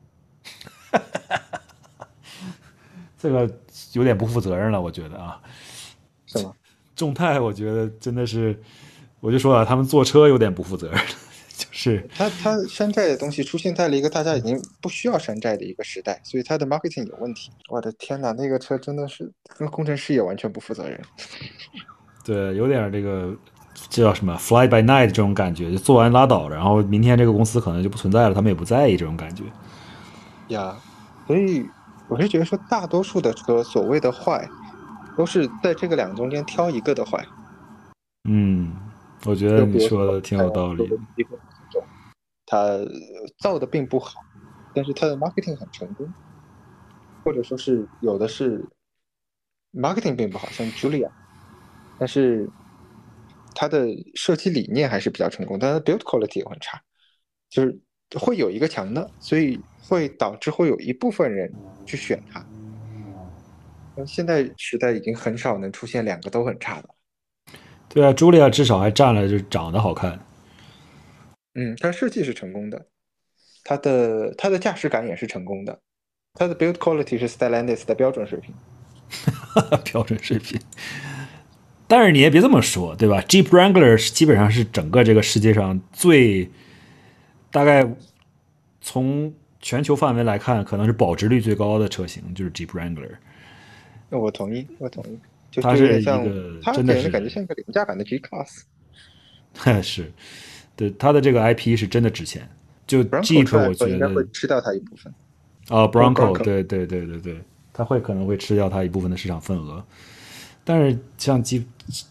这个有点不负责任了，我觉得啊。 是吗？ 众泰，我觉得真的是，我就说了，他们坐车有点不负责任，就是它它山寨的东西出现在了一个大家已经不需要山寨的一个时代，所以它的 marketing 有问题。我的天哪，那个车真的是跟工程师也完全不负责任。 对，有点这个这叫什么 fly by night 这种感觉，就做完拉倒，然后明天这个公司可能就不存在了，他们也不在意这种感觉。 呀，所以我是觉得说，大多数的车所谓的坏，都是在这个两中间挑一个的坏。 嗯，我觉得你就比如说， 说的挺有道理的。 说的极客这种，它造的并不好，但是它的 marketing 很成功，或者说是有的是 marketing 并不好，像 Julia，但是它的设计理念还是比较成功，但它的 build quality 也很差，就是会有一个强的，所以会导致会有一部分人去选它。那现在时代已经很少能出现两个都很差的。 对啊，茱莉亚至少还占了，就长得好看。 嗯，它设计是成功的，它的它的驾驶感也是成功的，它的 build quality 是 Stellantis 的标准水平。 标准水平。但是你也别这么说，对吧？Jeep Wrangler 是基本上是整个这个世界上最大概从全球范围来看，可能是保值率最高的车型，就是 Jeep Wrangler。 我同意，我同意，就它是一就有点像， 个它给人的感觉真的是， 像一个廉价版的 G Class。 是对它的这个 I P 是真的值钱。就 Bronco Jeep， 出来我的时候应该觉得会吃掉它一部分。 啊哦 ，Bronco， ，Bronco， 对对对对对，它会可能会吃掉它一部分的市场份额。但是像 Jeep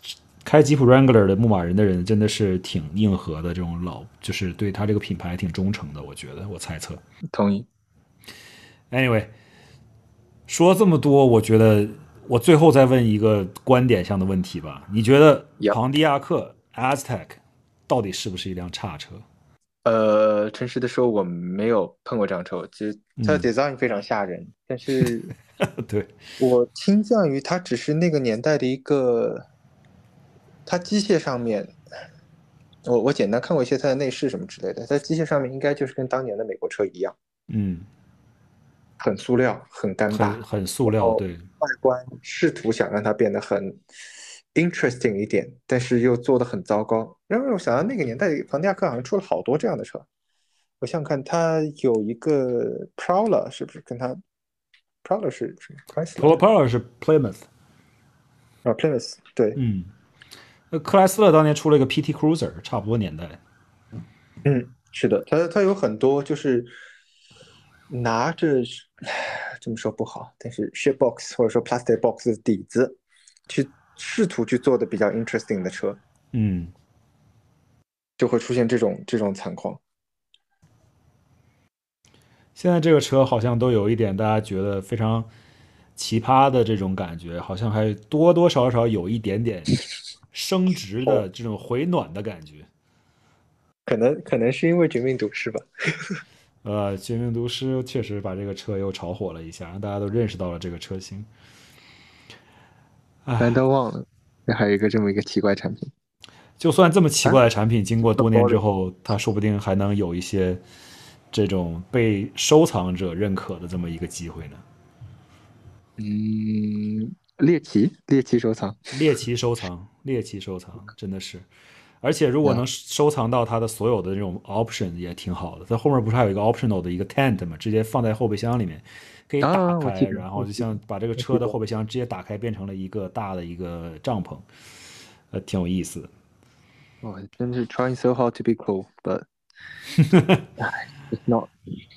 开吉普 Wrangler 的牧马人的人真的是挺硬核的，这种老就是对他这个品牌挺忠诚的，我觉得，我猜测。 同意。 Anyway， 说这么多，我觉得我最后再问一个观点上的问题吧，你觉得庞迪亚克 Aztec 到底是不是一辆差车？ 呃，诚实的说，我没有碰过这辆车，其实它的 design 非常吓人，嗯、但是对我倾向于它只是那个年代的一个，它机械上面，我我简单看过一些它的内饰什么之类的，在机械上面应该就是跟当年的美国车一样， 嗯， 很塑料，很干巴， 很很塑料，对， 外观试图想让它变得很 interesting 一点，但是又做的很糟糕。然后我想到那个年代，庞迪亚克好像出了好多这样的车。我想想看，它有一个 Prowler， 是不是跟它 Prowler 是什么 Prowler 是 Plymouth 啊 Plymouth 对， 嗯，克莱斯勒当年出了一个 P T Cruiser， 差不多年代。 嗯，是的，它它有很多就是拿着这么说不好，但是 ship box 或者说 plastic box 的底子去试图去做的比较 interesting 的车， 嗯， 就会出现这种这种惨况。 现在这个车好像都有一点大家觉得非常奇葩的这种感觉，好像还多多少少有一点点升值的这种回暖的感觉。 可能可能是因为《绝命毒师》吧。 呃，《绝命毒师》确实把这个车又炒火了一下，让大家都认识到了这个车型。 难道忘了，还有一个这么一个奇怪产品。 就算这么奇怪的产品，经过多年之后，它说不定还能有一些这种被收藏者认可的这么一个机会呢。 嗯，猎奇，猎奇收藏， 猎奇收藏，猎奇收藏，真的是。而且如果能收藏到它的所有的这种 option 也挺好的。它后面不是还有一个 optional 的一个 tent 嘛，直接放在后备箱里面，可以打开，啊、然后就像把这个车的后备箱直接打开，变成了一个大的一个帐篷，呃，挺有意思的。 哦，真是 trying so hard to be cool, but it's not.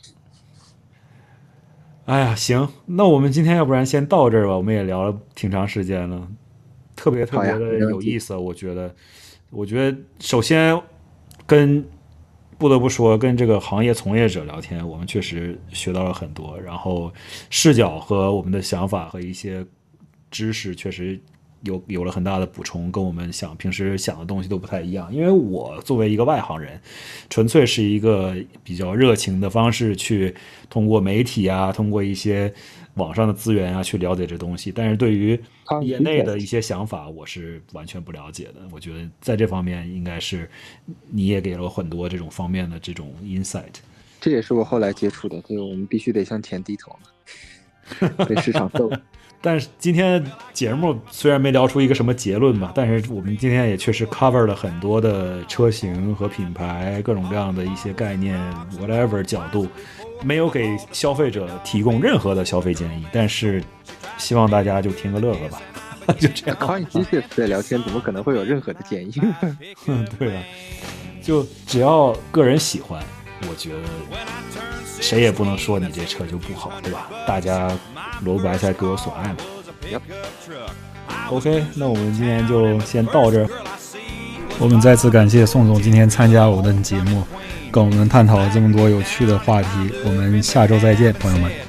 哎呀，行，那我们今天要不然先到这儿吧，我们也聊了挺长时间了，特别特别的有意思，我觉得。我觉得首先跟不得不说跟这个行业从业者聊天，我们确实学到了很多，然后视角和我们的想法和一些知识确实有有了很大的补充，跟我们想平时想的东西都不太一样。因为我作为一个外行人，纯粹是一个比较热情的方式去通过媒体啊，通过一些网上的资源啊去了解这东西，但是对于业内的一些想法我是完全不了解的。我觉得在这方面应该是你也给了很多这种方面的这种 insight。 这也是我后来接触的，就是我们必须得向钱低头嘛，被市场斗。 但是今天节目虽然没聊出一个什么结论吧，但是我们今天也确实 cover 了很多的车型和品牌，各种各样的一些概念 whatever 角度，没有给消费者提供任何的消费建议，但是希望大家就听个乐呵吧。就这样， 关于机械在聊天怎么可能会有任何的建议？ 对啊，就只要个人喜欢，我觉得谁也不能说你这车就不好，对吧？大家萝卜白菜各有所爱嘛。 Yep. OK， 那我们今天就先到这儿。我们再次感谢宋总今天参加我们的节目，跟我们探讨了这么多有趣的话题。我们下周再见，朋友们。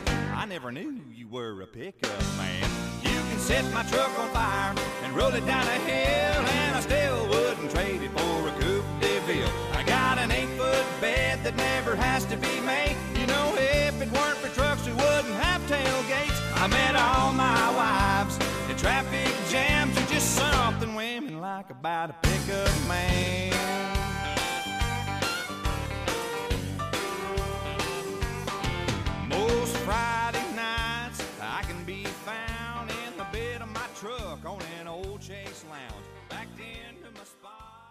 I met all my wives in traffic jams and just something women like about a pickup man. Most Friday nights I can be found in the bed of my truck on an old Chase Lounge, backed into my spot.